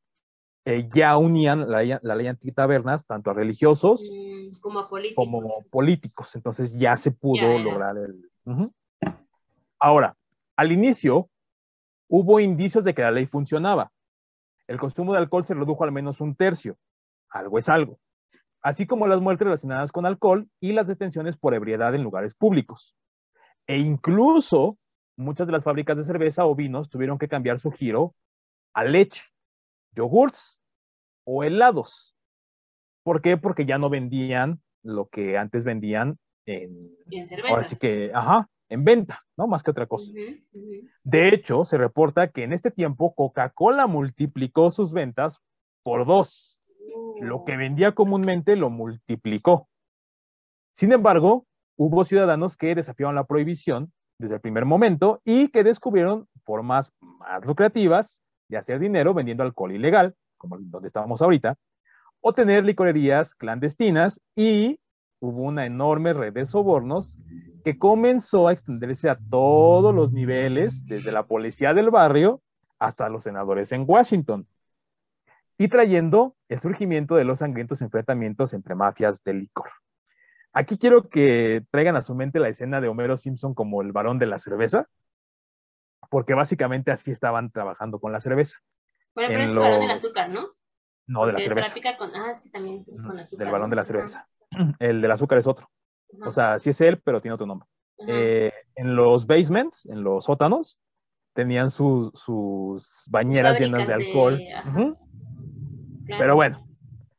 ya unían la ley antitabernas tanto a religiosos Como como políticos. políticos. Entonces ya se Ya pudo era. lograr el... Uh-huh. Ahora, al inicio hubo indicios de que la ley funcionaba. El consumo de alcohol se redujo al menos un tercio. Algo es algo. Así como las muertes relacionadas con alcohol y las detenciones por ebriedad en lugares públicos. E incluso muchas de las fábricas de cerveza o vinos tuvieron que cambiar su giro a leche, yogurts o helados. ¿Por qué? Porque ya no vendían lo que antes vendían En ahora sí cervezas. que, en venta, ¿no? Más que otra cosa. Ujú, ujú. De hecho, se reporta que en este tiempo Coca-Cola multiplicó sus ventas por 2. Lo que Uh, vendía comúnmente lo multiplicó. Sin embargo, hubo ciudadanos que desafiaron la prohibición desde el primer momento y que descubrieron formas más lucrativas de hacer dinero vendiendo alcohol ilegal, como donde estábamos ahorita, o tener licorerías clandestinas, y hubo una enorme red de sobornos que comenzó a extenderse a todos los niveles, desde la policía del barrio hasta los senadores en Washington, y trayendo el surgimiento de los sangrientos enfrentamientos entre mafias del licor. Aquí quiero que traigan a su mente la escena de Homero Simpson como el varón de la cerveza, porque básicamente así estaban trabajando con la cerveza. Bueno, pero es En el varón del los... azúcar, ¿no? No, de la Porque cerveza. tráfica con. Ah, sí, también con Del azúcar, varón ¿no? de la Ajá, cerveza. El del azúcar es otro. O ajá, sea, sí es él, pero tiene otro nombre. ajá. En los basements, en los sótanos, tenían sus Sus bañeras llenas de fábricas alcohol. de. Ajá, Ujú. Pero claro. bueno,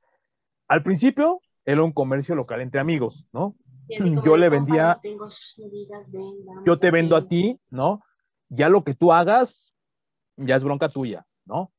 al principio era un comercio local entre amigos, ¿no? Y así como Yo de, le compa, no vendía, tengo, no digas, ven, yo vamos te vendo a aquí. ti, ¿no? Ya lo que tú hagas, ya es bronca tuya, ¿no?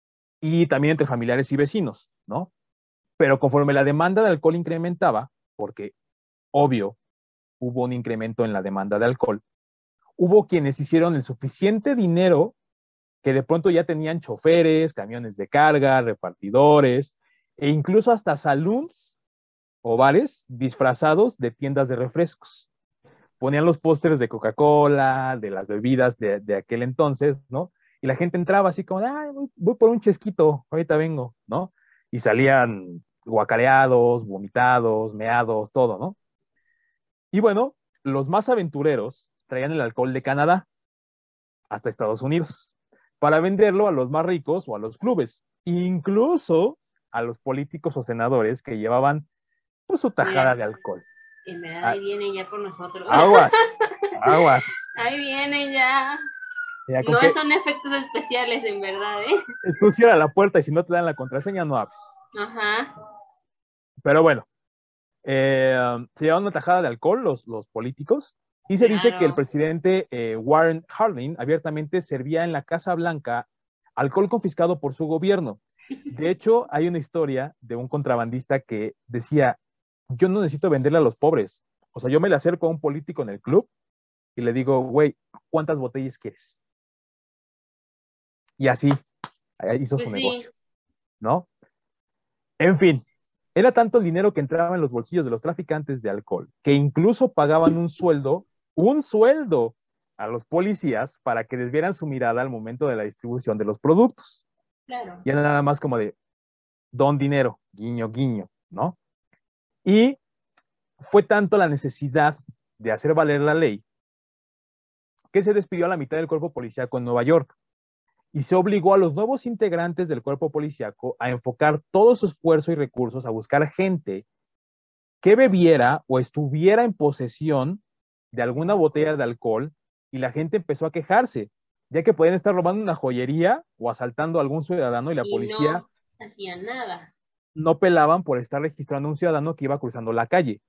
Y también entre familiares y vecinos, ¿no? Pero conforme la demanda de alcohol incrementaba, porque obvio hubo un incremento en la demanda de alcohol, hubo quienes hicieron el suficiente dinero que de pronto ya tenían choferes, camiones de carga, repartidores e incluso hasta saloons o bares disfrazados de tiendas de refrescos. Ponían los pósteres de Coca-Cola, de las bebidas de aquel entonces, ¿no? Y la gente entraba así como, ay, voy por un chesquito, ahorita vengo, ¿no? Y salían guacareados, vomitados, meados, todo, ¿no? Y bueno, los más aventureros traían el alcohol de Canadá hasta Estados Unidos para venderlo a los más ricos o a los clubes, incluso a los políticos o senadores que llevaban pues, su tajada Mira, de alcohol. en verdad A- ahí vienen ya por nosotros. Aguas, aguas. Ahí vienen ya. Ya con No que son efectos especiales, en verdad, ¿eh? tú cierras la puerta y si no te dan la contraseña, no abres. Ajá, Pero bueno, se llevaban una tajada de alcohol los políticos y se dice que el claro. presidente Warren Harding abiertamente servía en la Casa Blanca alcohol confiscado por su gobierno. De hecho, hay una historia de un contrabandista que decía, yo no necesito venderle a los pobres. O sea, yo me le acerco a un político en el club y le digo, güey, ¿cuántas botellas quieres? Y así hizo su Pues sí, negocio, ¿no? En fin, era tanto el dinero que entraba en los bolsillos de los traficantes de alcohol, que incluso pagaban un sueldo a los policías para que desvieran su mirada al momento de la distribución de los productos. claro. Y era nada más como de, don dinero, guiño, guiño, ¿no? Y fue tanto la necesidad de hacer valer la ley que se despidió a la mitad del cuerpo policíaco en Nueva York y se obligó a los nuevos integrantes del cuerpo policíaco a enfocar todo su esfuerzo y recursos a buscar gente que bebiera o estuviera en posesión de alguna botella de alcohol, y la gente empezó a quejarse, ya que podían estar robando una joyería o asaltando a algún ciudadano y la Y policía no hacían nada. no pelaban por estar registrando a un ciudadano que iba cruzando la calle.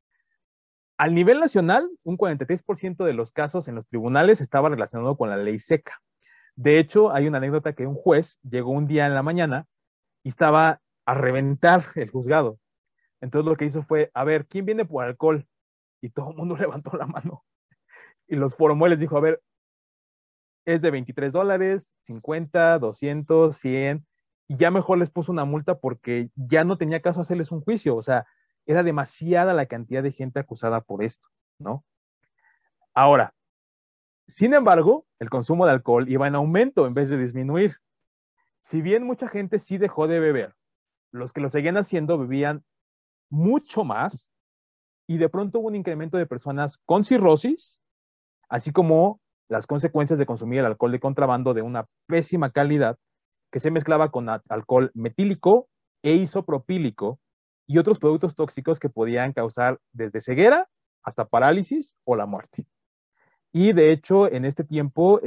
Al nivel nacional, un 43% de los casos en los tribunales estaba relacionado con la ley seca. De hecho, hay una anécdota que un juez llegó un día en la mañana y estaba a reventar el juzgado. Entonces lo que hizo fue, a ver, ¿quién viene por alcohol? Y todo el mundo levantó la mano. Y los formó y les dijo, a ver, es de $23, 50, 200, 100. Y ya mejor les puso una multa porque ya no tenía caso hacerles un juicio. O sea, era demasiada la cantidad de gente acusada por esto, ¿no? Ahora, sin embargo, el consumo de alcohol iba en aumento en vez de disminuir. Si bien mucha gente sí dejó de beber, los que lo seguían haciendo bebían mucho más, y de pronto hubo un incremento de personas con cirrosis, así como las consecuencias de consumir el alcohol de contrabando de una pésima calidad que se mezclaba con alcohol metílico e isopropílico y otros productos tóxicos que podían causar desde ceguera hasta parálisis o la muerte. Y de hecho, en este tiempo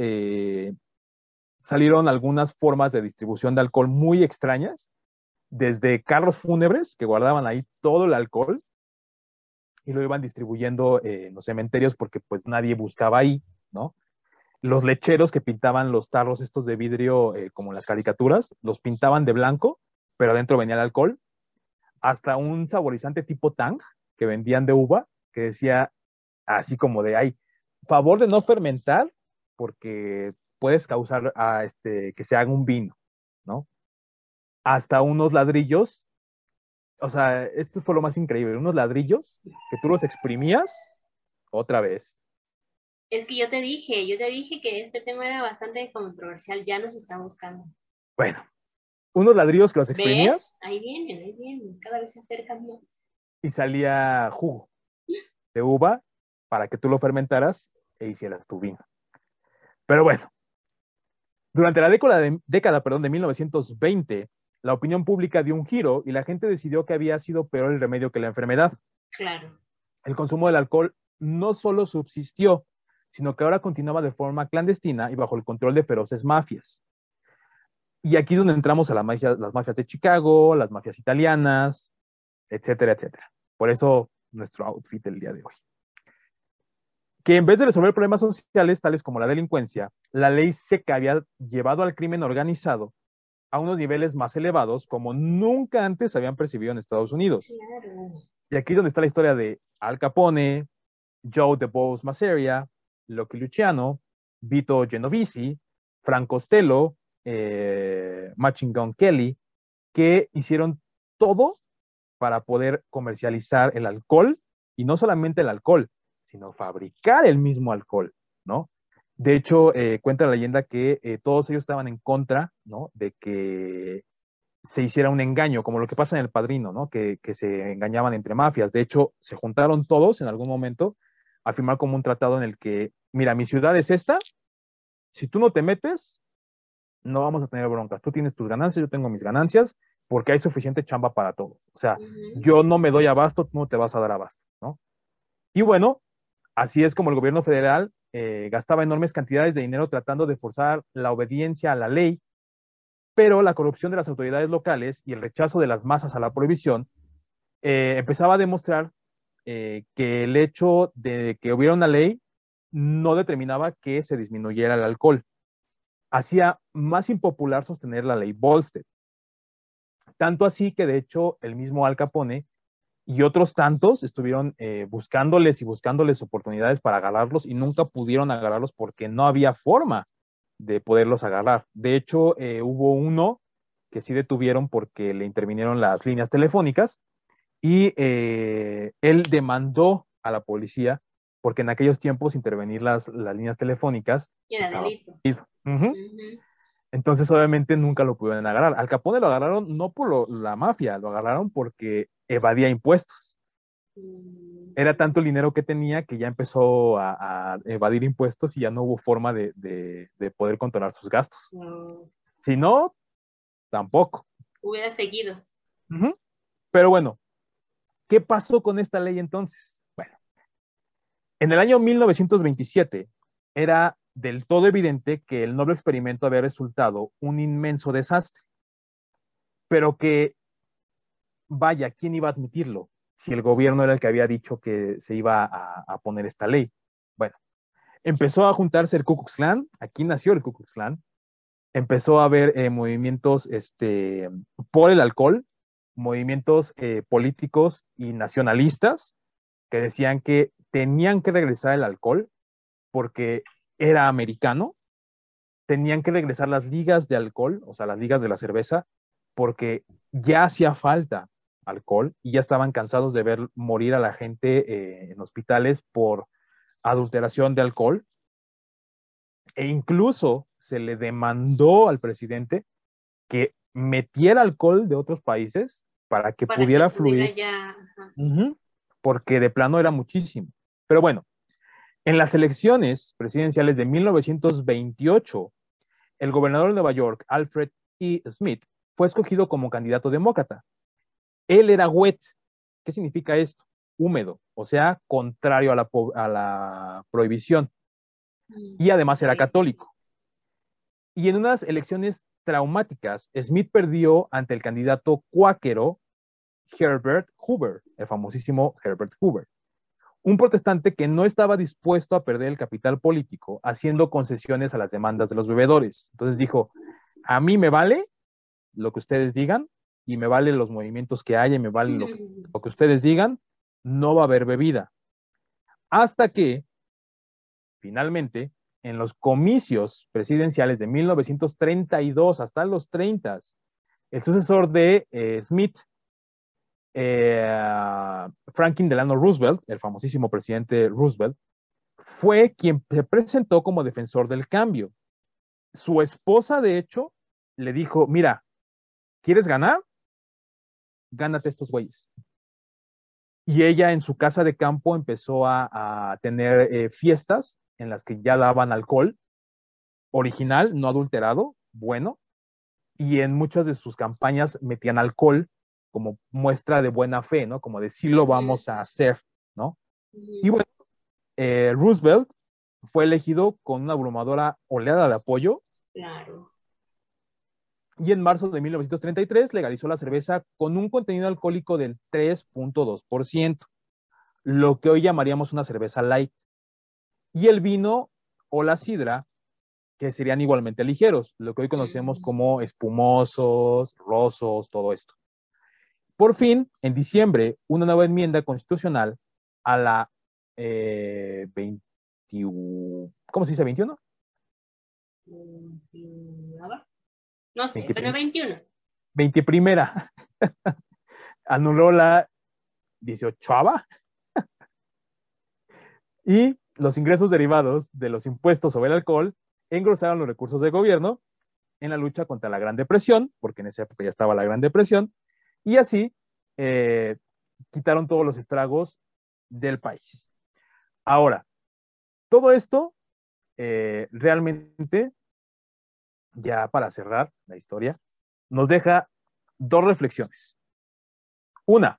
salieron algunas formas de distribución de alcohol muy extrañas, desde carros fúnebres que guardaban ahí todo el alcohol y lo iban distribuyendo en los cementerios porque pues nadie buscaba ahí, ¿no? Los lecheros que pintaban los tarros estos de vidrio, como en las caricaturas, los pintaban de blanco, pero adentro venía el alcohol, hasta un saborizante tipo Tang que vendían de uva, que decía así como de, ay, favor de no fermentar porque puedes causar que se haga un vino, ¿no? Hasta unos ladrillos, o sea, esto fue lo más increíble, unos ladrillos que tú los exprimías otra vez. Es que yo te dije que este tema era bastante controversial, ya nos está buscando. Bueno, unos ladrillos que los ¿Ves? exprimías Ahí vienen, cada vez se acercan más. y salía jugo de uva para que tú lo fermentaras e hicieras tu vino. Pero bueno, durante la década de 1920, la opinión pública dio un giro y la gente decidió que había sido peor el remedio que la enfermedad. Claro. El consumo del alcohol no solo subsistió, sino que ahora continuaba de forma clandestina y bajo el control de feroces mafias. Y aquí es donde entramos a las mafias de Chicago, las mafias italianas, etcétera, etcétera. Por eso nuestro outfit del día de hoy. Que en vez de resolver problemas sociales tales como la delincuencia, la ley seca había llevado al crimen organizado a unos niveles más elevados como nunca antes habían percibido en Estados Unidos. Claro. Y aquí es donde está la historia de Al Capone, Joe DeBose Masseria, Lucky Luciano, Vito Genovese, Frank Costello, Machine Gun Kelly, que hicieron todo para poder comercializar el alcohol, y no solamente el alcohol, sino fabricar el mismo alcohol, ¿no? De hecho, cuenta la leyenda que todos ellos estaban en contra, ¿no? De que se hiciera un engaño, como lo que pasa en El Padrino, ¿no? Que se engañaban entre mafias. De hecho, se juntaron todos en algún momento a firmar como un tratado en el que, mira, mi ciudad es esta, si tú no te metes, no vamos a tener broncas. Tú tienes tus ganancias, yo tengo mis ganancias, porque hay suficiente chamba para todos. O sea, Ujú. yo no me doy abasto, tú no te vas a dar abasto, ¿no? Y bueno, así es como el gobierno federal gastaba enormes cantidades de dinero tratando de forzar la obediencia a la ley, pero la corrupción de las autoridades locales y el rechazo de las masas a la prohibición empezaba a demostrar que el hecho de que hubiera una ley no determinaba que se disminuyera el alcohol. Hacía más impopular sostener la ley Volstead. Tanto así que de hecho el mismo Al Capone y otros tantos estuvieron buscándoles y buscándoles oportunidades para agarrarlos y nunca pudieron agarrarlos porque no había forma de poderlos agarrar. De hecho, hubo uno que sí detuvieron porque le intervinieron las líneas telefónicas y él demandó a la policía porque en aquellos tiempos intervenir las líneas telefónicas Y era estaba delito. prohibido. Uh-huh. Ujú. Entonces, obviamente, nunca lo pudieron agarrar. Al Capone lo agarraron no por la mafia, lo agarraron porque evadía impuestos. Era tanto el dinero que tenía que ya empezó a evadir impuestos y ya no hubo forma de poder controlar sus gastos. No, Si no, tampoco. hubiera seguido. Ujú. Pero bueno, ¿qué pasó con esta ley entonces? Bueno, en el año 1927 era del todo evidente que el noble experimento había resultado un inmenso desastre, pero que, vaya, ¿quién iba a admitirlo? Si el gobierno era el que había dicho que se iba a poner esta ley. Bueno, empezó a juntarse el Ku Klux Klan, aquí nació el Ku Klux Klan, empezó a haber movimientos por el alcohol, movimientos políticos y nacionalistas que decían que tenían que regresar el alcohol porque era americano, tenían que regresar las ligas de alcohol, o sea, las ligas de la cerveza, porque ya hacía falta alcohol y ya estaban cansados de ver morir a la gente en hospitales por adulteración de alcohol. E incluso se le demandó al presidente que metiera alcohol de otros países para que Para que pudiera pudiera fluir, ya. Ajá. porque de plano era muchísimo. Pero bueno, en las elecciones presidenciales de 1928, el gobernador de Nueva York, Alfred E. Smith, fue escogido como candidato demócrata. Él era wet. ¿Qué significa esto? Húmedo, o sea, contrario a la prohibición. Y además era Ok. católico. Y en unas elecciones traumáticas, Smith perdió ante el candidato cuáquero Herbert Hoover, el famosísimo Herbert Hoover, un protestante que no estaba dispuesto a perder el capital político haciendo concesiones a las demandas de los bebedores. Entonces dijo, a mí me vale lo que ustedes digan y me vale los movimientos que haya y me vale lo que ustedes digan, no va a haber bebida. Hasta que, finalmente, en los comicios presidenciales de 1932 hasta los 30, el sucesor de Smith, Franklin Delano Roosevelt, el famosísimo presidente Roosevelt, fue quien se presentó como defensor del cambio. Su esposa, de hecho, le dijo, mira, ¿quieres ganar? Gánate estos güeyes. Y ella en su casa de campo empezó a tener fiestas en las que ya daban alcohol original, no adulterado, bueno, y en muchas de sus campañas metían alcohol como muestra de buena fe, ¿no? Como de sí lo vamos a hacer, ¿no? Y bueno, Roosevelt fue elegido con una abrumadora oleada de apoyo Claro. y en marzo de 1933 legalizó la cerveza con un contenido alcohólico del 3.2%, lo que hoy llamaríamos una cerveza light. Y el vino o la sidra, que serían igualmente ligeros, lo que hoy conocemos como espumosos, rosos, todo esto. Por fin, en diciembre, una nueva enmienda constitucional a la 20, ¿cómo se dice? ¿21? No sé, bueno, 21. 20 primera anuló la 18ª y los ingresos derivados de los impuestos sobre el alcohol engrosaron los recursos del gobierno en la lucha contra la Gran Depresión, porque en esa época ya estaba la Gran Depresión, y así eh, quitaron todos los estragos del país. Ahora, todo esto realmente, ya para cerrar la historia, nos deja dos reflexiones. Una,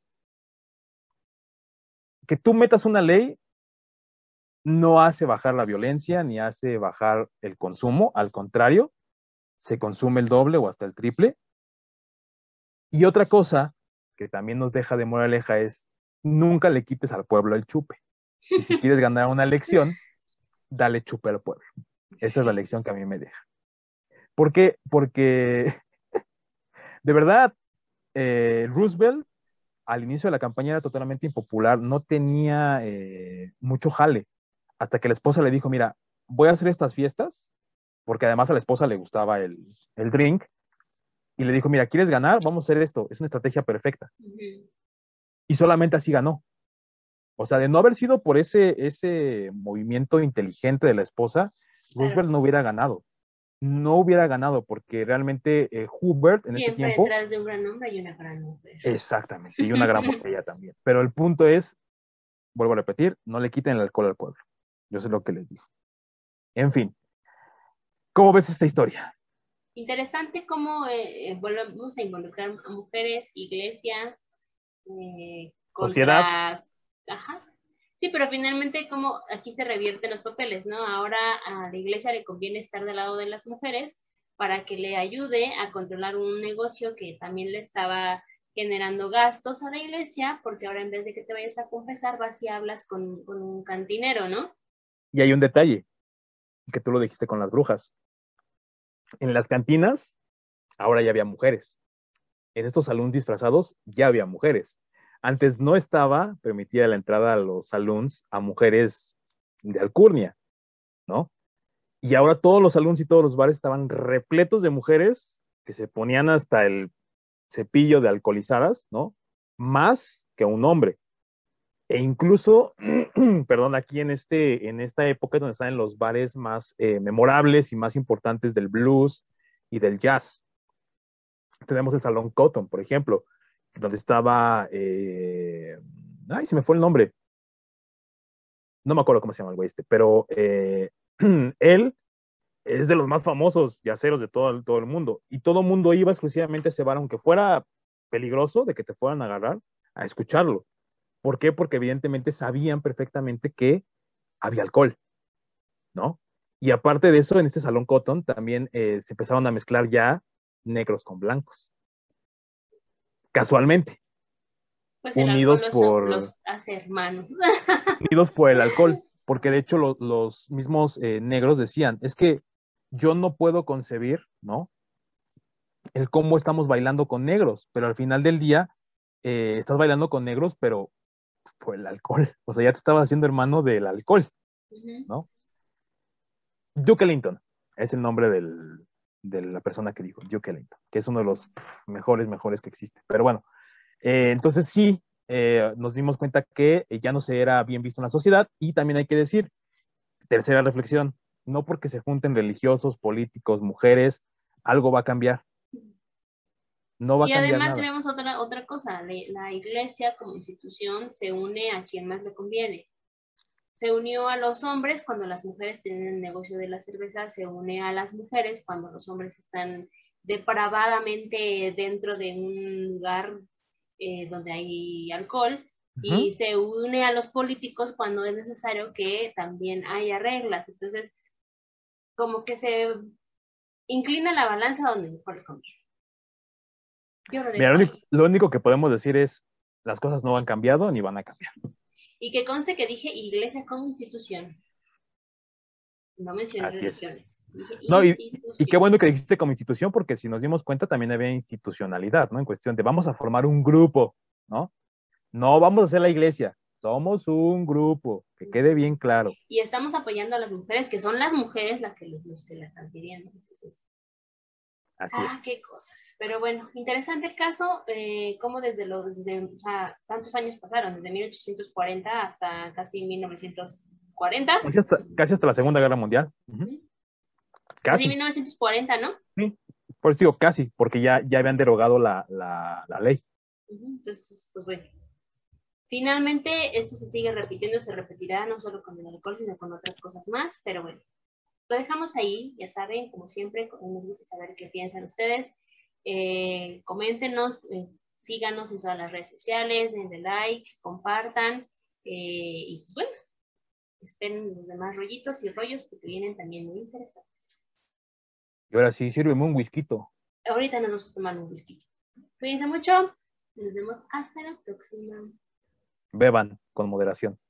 que tú metas una ley no hace bajar la violencia ni hace bajar el consumo, al contrario, se consume el doble o hasta el triple. Y otra cosa que también nos deja de moraleja es nunca le quites al pueblo el chupe. Y si quieres ganar una elección, dale chupe al pueblo. Esa es la lección que a mí me deja. ¿Por qué? Porque de verdad, Roosevelt al inicio de la campaña era totalmente impopular, no tenía mucho jale, hasta que la esposa le dijo, mira, voy a hacer estas fiestas, porque además a la esposa le gustaba el drink, y le dijo, mira, ¿quieres ganar? Vamos a hacer esto, es una estrategia perfecta. Y solamente así ganó. O sea, de no haber sido por ese movimiento inteligente de la esposa, Claro. Roosevelt no hubiera ganado. No hubiera ganado porque realmente Hubert en ese Siempre tiempo, detrás de un gran hombre hay una gran mujer. exactamente, y una gran botella también. Pero el punto es vuelvo a repetir, no le quiten el alcohol al pueblo. Yo sé lo que les digo. En fin, ¿cómo ves esta historia? Interesante cómo volvemos a involucrar a mujeres, iglesia, Sociedad, contra... Ajá. Sí, pero finalmente como aquí se revierten los papeles, ¿no? Ahora a la iglesia le conviene estar del lado de las mujeres para que le ayude a controlar un negocio que también le estaba generando gastos a la iglesia, porque ahora en vez de que te vayas a confesar, vas y hablas con un cantinero, ¿no? y hay un detalle, que tú lo dijiste con las brujas. En las cantinas, ahora ya había mujeres. En estos saloons disfrazados, ya había mujeres. Antes no estaba permitida la entrada a los saloons a mujeres de alcurnia, ¿no? Y ahora todos los saloons y todos los bares estaban repletos de mujeres que se ponían hasta el cepillo de alcoholizadas, ¿no? Más que un hombre. E incluso, perdón, aquí en esta época es donde están los bares más memorables y más importantes del blues y del jazz. Tenemos el Salón Cotton, por ejemplo, donde estaba, ay, se me fue el nombre, no me acuerdo cómo se llama el güey este, pero él es de los más famosos yaceros de todo el mundo, y todo el mundo iba exclusivamente a ese bar, aunque fuera peligroso de que te fueran a agarrar, a escucharlo. ¿Por qué? Porque evidentemente sabían perfectamente que había alcohol, ¿no? Y aparte de eso, en este Salón Cotton también se empezaron a mezclar ya negros con blancos, casualmente, Pues el alcohol unidos los hace hermanos. unidos por el alcohol, porque de hecho los mismos negros decían, es que yo no puedo concebir, ¿no? El cómo estamos bailando con negros, pero al final del día estás bailando con negros, pero por el alcohol, o sea, ya te estabas haciendo hermano del alcohol, ¿no? Duke Ellington es el nombre de la persona que dijo, Duke Ellington, que es uno de los mejores que existe. Pero bueno, entonces sí, nos dimos cuenta que ya no se era bien visto en la sociedad, y también hay que decir, tercera reflexión, no porque se junten religiosos, políticos, mujeres, algo va a cambiar. No va a Y cambiar además nada. vemos otra cosa, la iglesia como institución se une a quien más le conviene. Se unió a los hombres cuando las mujeres tienen el negocio de la cerveza, se une a las mujeres cuando los hombres están depravadamente dentro de un lugar donde hay alcohol, y Ujú. se une a los políticos cuando es necesario que también haya reglas. Entonces, como que se inclina la balanza donde mejor le conviene. Yo lo Mira, dejo ahí. lo único que podemos decir es, las cosas no han cambiado ni van a cambiar. Y que conste que dije iglesia como institución, no mencioné Así es. religiones, dije No, y qué institución. bueno que dijiste como institución, porque si nos dimos cuenta también había institucionalidad, ¿no? En cuestión de vamos a formar un grupo, ¿no? No vamos a hacer la iglesia, somos un grupo, que quede bien claro. Y estamos apoyando a las mujeres, que son las mujeres las que los que la están pidiendo. Entonces, Así es. qué cosas. Pero bueno, interesante el caso, cómo o sea, tantos años pasaron, desde 1840 hasta casi 1940. Casi hasta la Segunda Guerra Mundial. Ujú. Casi Casi. 1940, ¿no? Sí. Por eso digo casi, porque ya habían derogado la ley. Entonces, pues bueno. Finalmente, esto se sigue repitiendo, se repetirá no solo con el alcohol, sino con otras cosas más, pero bueno, lo dejamos ahí, ya saben, como siempre, nos gusta saber qué piensan ustedes. Coméntenos, síganos en todas las redes sociales, denle like, compartan, y pues bueno, esperen los demás rollitos y rollos porque vienen también muy interesantes. Y ahora sí, sírveme un whisky. Ahorita nos vamos a tomar un whisky. Cuídense mucho, nos vemos hasta la próxima. Beban con moderación.